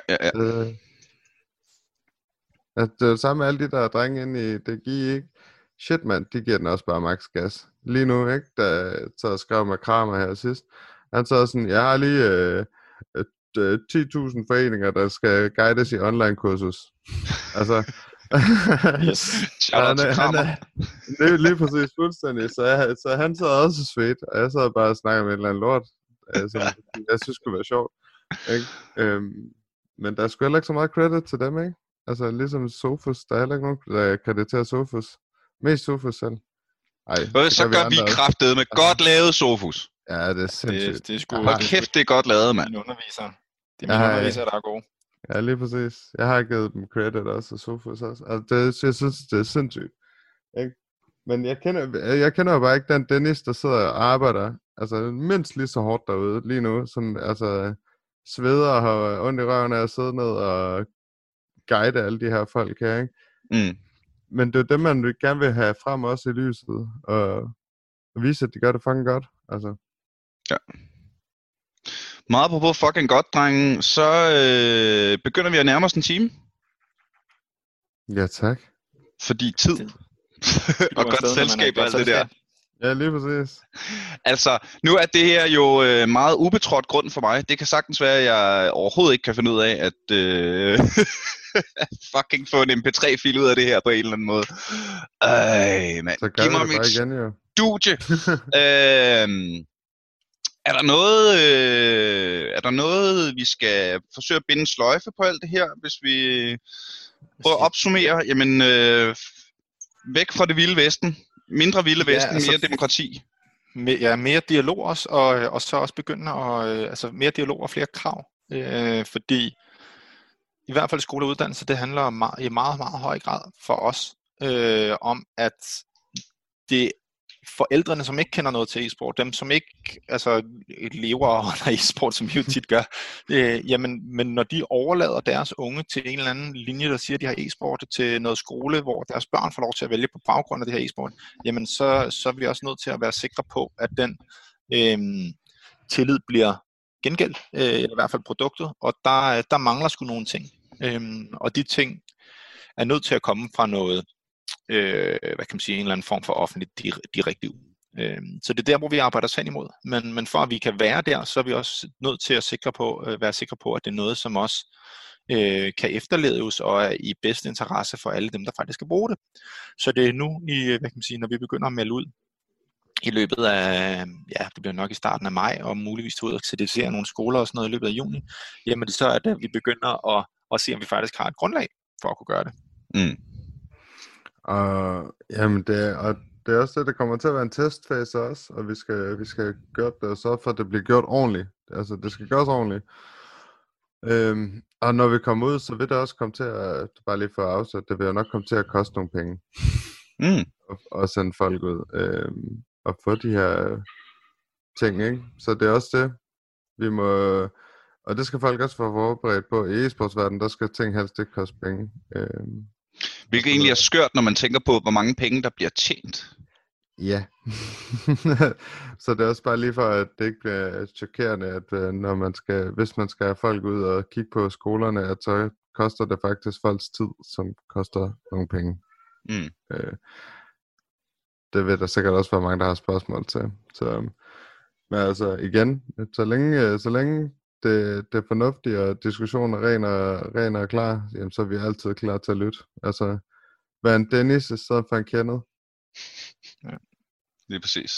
Det er det samme med alle de der drenge inde i DGI, ikke? shit mand, de giver den også bare max gas. Lige nu, ikke? Da jeg sad og skrev med Kramer her sidst, han sagde sådan, jeg har lige 10.000 foreninger, der skal guides i online-kursus. Altså, Yes. det er lige præcis fuldstændig. Så han sad også svedt, og jeg sad bare og snakkede med et eller andet lort, som jeg synes kunne være sjovt. Ikke? Men der er sgu heller ikke så meget credit til dem, ikke? Altså ligesom Sofus, der er heller ikke nogen, der krediterer Sofus. Mest Sofus selv. Ej, så gør vi kraftedeme med godt lavet, Sofus. Ja, det er sindssygt. Det er sgu... Kæft, det er godt lavet, mand. Det er mine undervisere, der er gode. Ja, lige præcis. Jeg har givet dem credit også, og Sofus også. Altså, jeg synes, det er sindssygt. Ikke? Men jeg kender jo bare ikke den Dennis, der sidder og arbejder, altså mindst lige så hårdt derude lige nu, som altså sveder og har ondt i røven af at sidde ned og guide alle de her folk her, ikke? Mm. Men det er dem, man gerne vil have frem også i lyset, og vise, at de gør det fucking godt, altså. Ja. Meget på fucking godt, drengen. Så begynder vi at nærme os en time. Ja, tak. Fordi tid. Og godt selskab og alt det der. Ja, lige præcis. Altså, nu er det her jo meget ubetrådt grund for mig. Det kan sagtens være, at jeg overhovedet ikke kan finde ud af at fucking få en mp3-fil ud af det her på en eller anden måde. Man. Så gør det bare igen, jo. Studie. Er der noget, vi skal forsøge at binde en sløjfe på alt det her, hvis vi prøver at opsummere? Jamen, væk fra det vilde vesten. Mindre vilde vesten, altså, mere demokrati. Mere dialog også, og så også begynde at... mere dialog og flere krav. Fordi i hvert fald skole og uddannelse, det handler i meget, meget høj grad for os om, at det forældrene, som ikke kender noget til e-sport, dem som ikke lever og holder e-sport, som vi jo tit gør, men når de overlader deres unge til en eller anden linje, der siger, at de har e-sport, til noget skole, hvor deres børn får lov til at vælge på baggrund af det her e-sport, jamen så er vi også nødt til at være sikre på, at den tillid bliver gengældt, eller i hvert fald produktet, og der mangler sgu nogle ting. Og de ting er nødt til at komme fra noget, hvad kan man sige, en eller anden form for offentligt direktiv. Så det er der, hvor vi arbejder os hen imod. Men for at vi kan være der, så er vi også nødt til at være sikre på, at det er noget, som også kan efterleves og er i bedste interesse for alle dem, der faktisk skal bruge det. Så det er nu, hvad kan man sige, når vi begynder at melde ud i løbet af, det bliver nok i starten af maj, og muligvis ud og certificere nogle skoler og sådan noget i løbet af juni, jamen så er det, at vi begynder at se, om vi faktisk har et grundlag for at kunne gøre det. Mm. Jamen det er også det, der kommer til at være en testfase også, og vi skal gøre det og sørge for, at det bliver gjort ordentligt. Altså det skal gøres ordentligt. Og når vi kommer ud, så vil det også komme til at, bare lige for at afsætte, det vil jo nok komme til at koste nogle penge. Og sende folk ud. Og få de her ting, ikke? Så det er også det, vi må... Og det skal folk også få forberedt på. I e-sportsverdenen, der skal ting helst ikke koste penge. Hvilket egentlig er skørt, når man tænker på, hvor mange penge, der bliver tjent. Ja. Så det er også bare lige for, at det ikke bliver chokerende, at når hvis man skal have folk ud og kigge på skolerne, at så koster det faktisk folks tid, som koster nogle penge. Det vil der sikkert også være mange, der har spørgsmål til. Så, men altså igen, så længe det er fornuftigt, og diskussionen er ren og klar, jamen, så er vi altid klar til at lytte. Altså, hvad en Dennis i stedet for en Kenneth? Ja, lige præcis.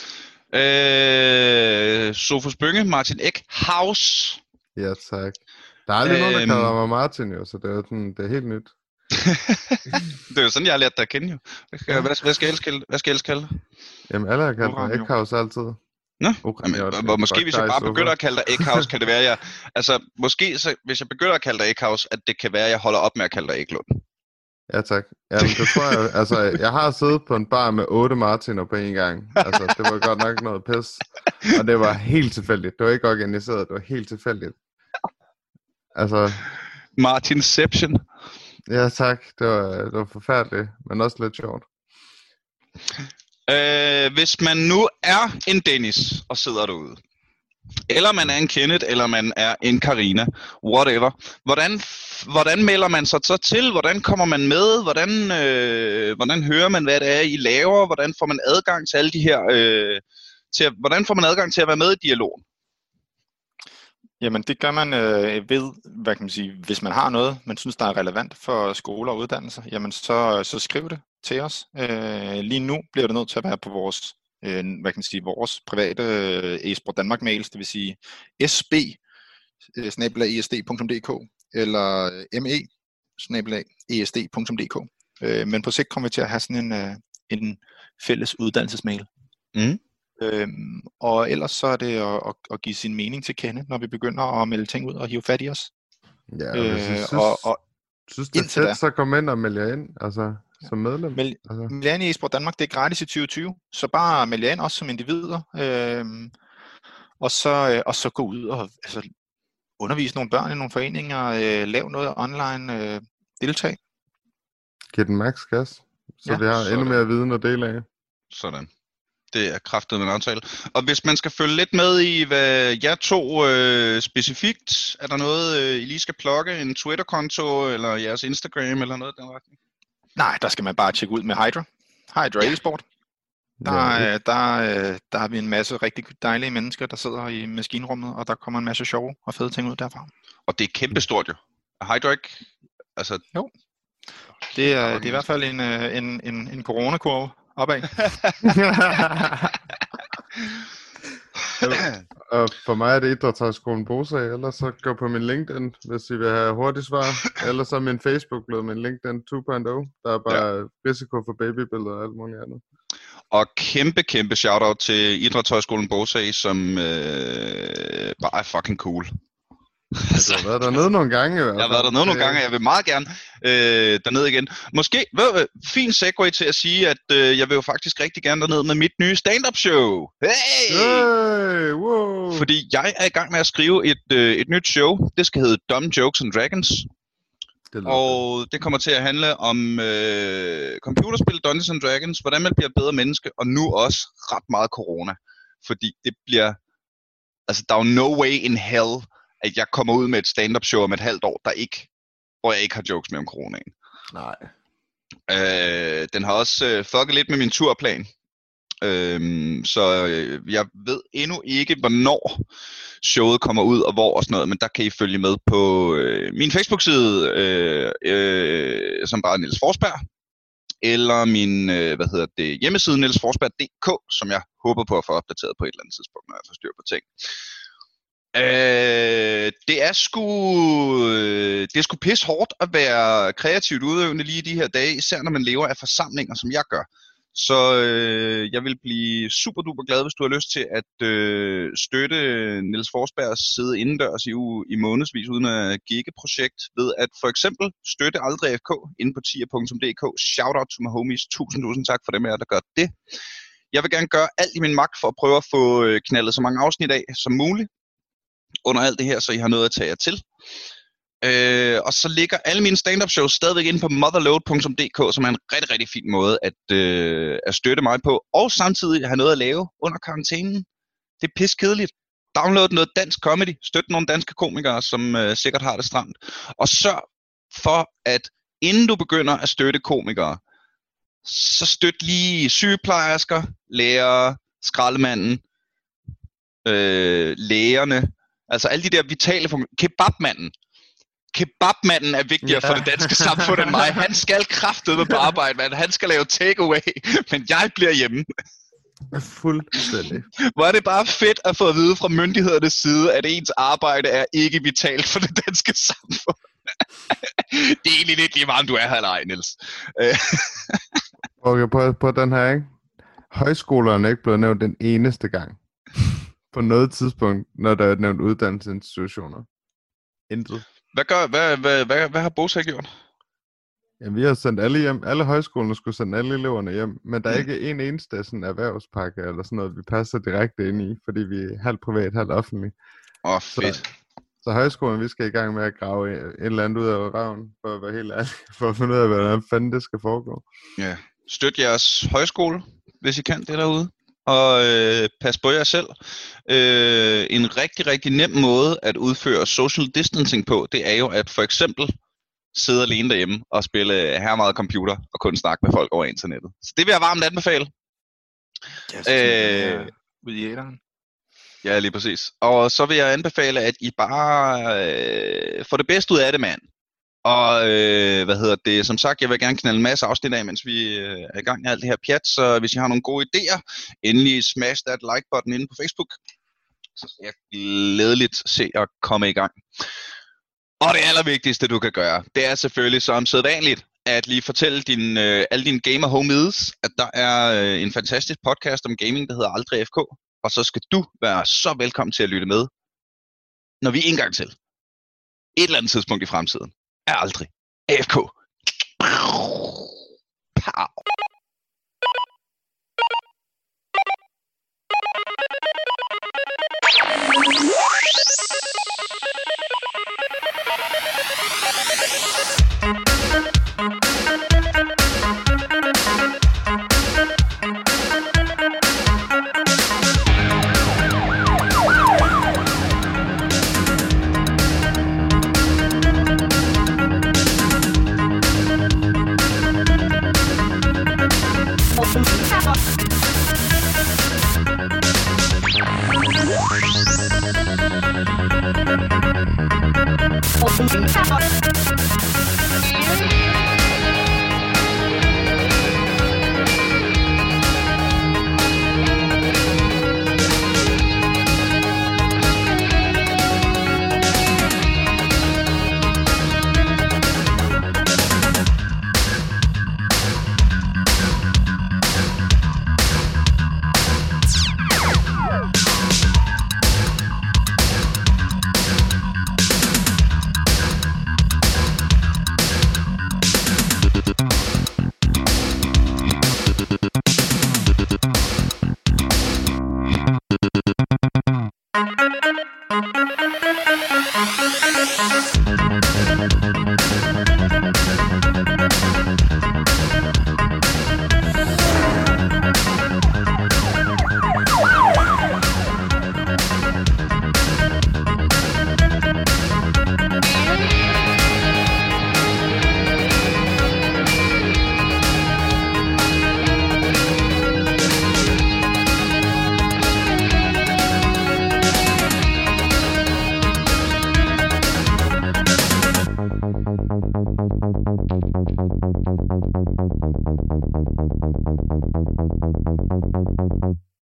Sofus Bynge, Martin Eckhaus. Ja, tak. Der er aldrig nogen, der kalder mig Martin, jo, så det er helt nyt. Det er jo sådan, jeg har lært dig at kende, jo. Hvad skal jeg ellers kalde dig? Jamen, alle har kaldt mig Eckhaus altid. Nå, måske hvis jeg bare begynder at kalde dig Eckhaus, kan det være, måske så, hvis jeg begynder at kalde dig Eckhaus, at det kan være, at jeg holder op med at kalde dig Eklund. Ja, tak. Jamen, det tror jeg, altså, jeg har siddet på en bar med 8 Martiner på en gang. Altså, det var godt nok noget pis. Og det var helt tilfældigt. Det var ikke organiseret, det var helt tilfældigt. Altså... Martinception. Ja, tak. Det var forfærdeligt, men også lidt sjovt. Hvis man nu er en Dennis og sidder derude, Eller man er en Kenneth, eller man er en Karina. Whatever. Hvordan melder man sig så til? Hvordan kommer man med? Hvordan hører man, hvad det er, I laver? Hvordan får man adgang til alle de her... hvordan får man adgang til at være med i dialogen? Jamen det gør man ved, hvad kan man sige, hvis man har noget, man synes, der er relevant for skoler og uddannelser, jamen så skriv det til os. Lige nu bliver det nødt til at være på vores, hvad kan man sige, vores private eSport Danmark mails, det vil sige sb@esd.dk eller me@esd.dk. Men på sigt kommer vi til at have sådan en fælles uddannelsesmail. Mm. Og ellers så er det at give sin mening til kende, når vi begynder at melde ting ud og hive fat i os. Ja, og hvis I synes det er fedt, så kom ind og meld jer ind, altså som medlem. Meld jer ind i eSport Danmark, det er gratis i 2020, så bare meld jer ind også som individer, og så gå ud og undervise nogle børn i nogle foreninger, lave noget online, deltag. Giv den max gas, så vi har endnu mere viden at dele af. Sådan. Det er kraftigt med en aftale. Og hvis man skal følge lidt med i, hvad jeg to specifikt, er der noget, I lige skal plukke? En Twitter-konto, eller jeres Instagram, eller noget i den retning? Nej, der skal man bare tjekke ud med Hydra eSport. Der har vi en masse rigtig dejlige mennesker, der sidder i maskinrummet, og der kommer en masse sjove og fede ting ud derfra. Og det er kæmpestort jo. Er Hydra ikke? Altså... Jo. Det er i hvert fald en coronakurve opad. Og for mig er det Idrætshøjskolen Bosa, ellers så gå på min LinkedIn, hvis I vil have hurtigt svar. Ellers så er min Facebook blevet min LinkedIn 2.0. Der er bare risiko for babybilleder og alt muligt andet. Og kæmpe shoutout til Idrætshøjskolen Bosa, som bare er fucking cool. Altså, du har været dernede nogle gange. Jeg har været dernede nogle gange, jeg vil meget gerne dernede igen. Måske, fin segue til at sige, at jeg vil jo faktisk rigtig gerne dernede med mit nye stand-up show. Hey, wow. Fordi jeg er i gang med at skrive et nyt show. Det skal hedde Dumb Jokes and Dragons. Og det kommer til at handle om computerspil, Dungeons and Dragons, hvordan man bliver et bedre menneske, og nu også ret meget corona. Fordi det bliver, altså der er jo no way in hell, at jeg kommer ud med et stand-up show om et halvt år, hvor jeg ikke har jokes med om coronaen. Nej. Den har også fucket lidt med min turplan. Så jeg ved endnu ikke, hvornår showet kommer ud, og hvor og sådan noget, men der kan I følge med på min Facebook-side, som bare er Niels Forsberg, eller min hjemmeside nielsforsberg.dk, som jeg håber på at få opdateret på et eller andet tidspunkt, når jeg får styr på ting. Det er sgu pisse hårdt at være kreativt udøvende lige i de her dage, især når man lever af forsamlinger, som jeg gør. Så jeg vil blive super duper glad, hvis du har lyst til at støtte Niels Forsbergs sidde indendørs i månedsvis uden at gigge-projekt ved at for eksempel støtte Aldrig AFK inde på tier.dk. Shout out to my homies. Tusind tak for dem af jer, der gør det. Jeg vil gerne gøre alt i min magt for at prøve at få knaldet så mange afsnit af som muligt under alt det her, så I har noget at tage jer til. Og så ligger alle mine stand-up shows stadigvæk inde på motherload.dk, som er en rigtig, rigtig fin måde at støtte mig på, og samtidig have noget at lave under karantænen. Det er piskedeligt. Download noget dansk comedy, støt nogle danske komikere, som sikkert har det stramt. Og sørg for, at inden du begynder at støtte komikere, så støt lige sygeplejersker, lærere, skraldemanden, lægerne, altså alle de der vitale kebabmanden. Kebabmanden er vigtigere for det danske samfund end mig. Han skal kraftedeme på arbejde, man. Han skal lave takeaway, men jeg bliver hjemme. Fuldstændig. Hvor er det bare fedt at få at vide fra myndighedernes side, at ens arbejde er ikke vitalt for det danske samfund. Det er egentlig lidt lige meget, om du er her eller ej, Niels. Okay, på den her, ikke? Højskolerne er ikke blevet nævnt den eneste gang. På noget tidspunkt, når der er nævnt uddannelsesinstitutioner. Intet. Hvad har Bosa gjort? Ja, vi har sendt alle hjem. Alle højskolerne skulle sende alle eleverne hjem. Men der er ikke en eneste sådan erhvervspakke eller sådan noget, vi passer direkte ind i, fordi vi er halvt privat, halvt offentlig. Fedt. Så højskolen, vi skal i gang med at grave et eller andet ud af røven, for at være helt ærlig, for at finde ud af, hvordan fanden det skal foregå. Ja. Støt jeres højskole, hvis I kan det derude. og pas på jer selv. En rigtig, rigtig nem måde at udføre social distancing på, det er jo at for eksempel sidde alene derhjemme og spille her meget computer og kun snakke med folk over internettet. Så det vil jeg varmt anbefale. Ude i æderen. Ja, lige præcis. Og så vil jeg anbefale, at I bare får det bedste ud af det, mand. Og som sagt, jeg vil gerne knalde en masse afsnit af, mens vi er i gang med alt det her pjat. Så hvis I har nogle gode idéer, endelig smash that like-button inde på Facebook. Så skal jeg glædeligt se at komme i gang. Og det allervigtigste, du kan gøre, det er selvfølgelig som sædvanligt, at lige fortælle alle dine gamer homies, at der er en fantastisk podcast om gaming, der hedder Aldrig FK. Og så skal du være så velkommen til at lytte med, når vi en gang til, et eller andet tidspunkt i fremtiden, er aldrig AFK. Pow. Oh,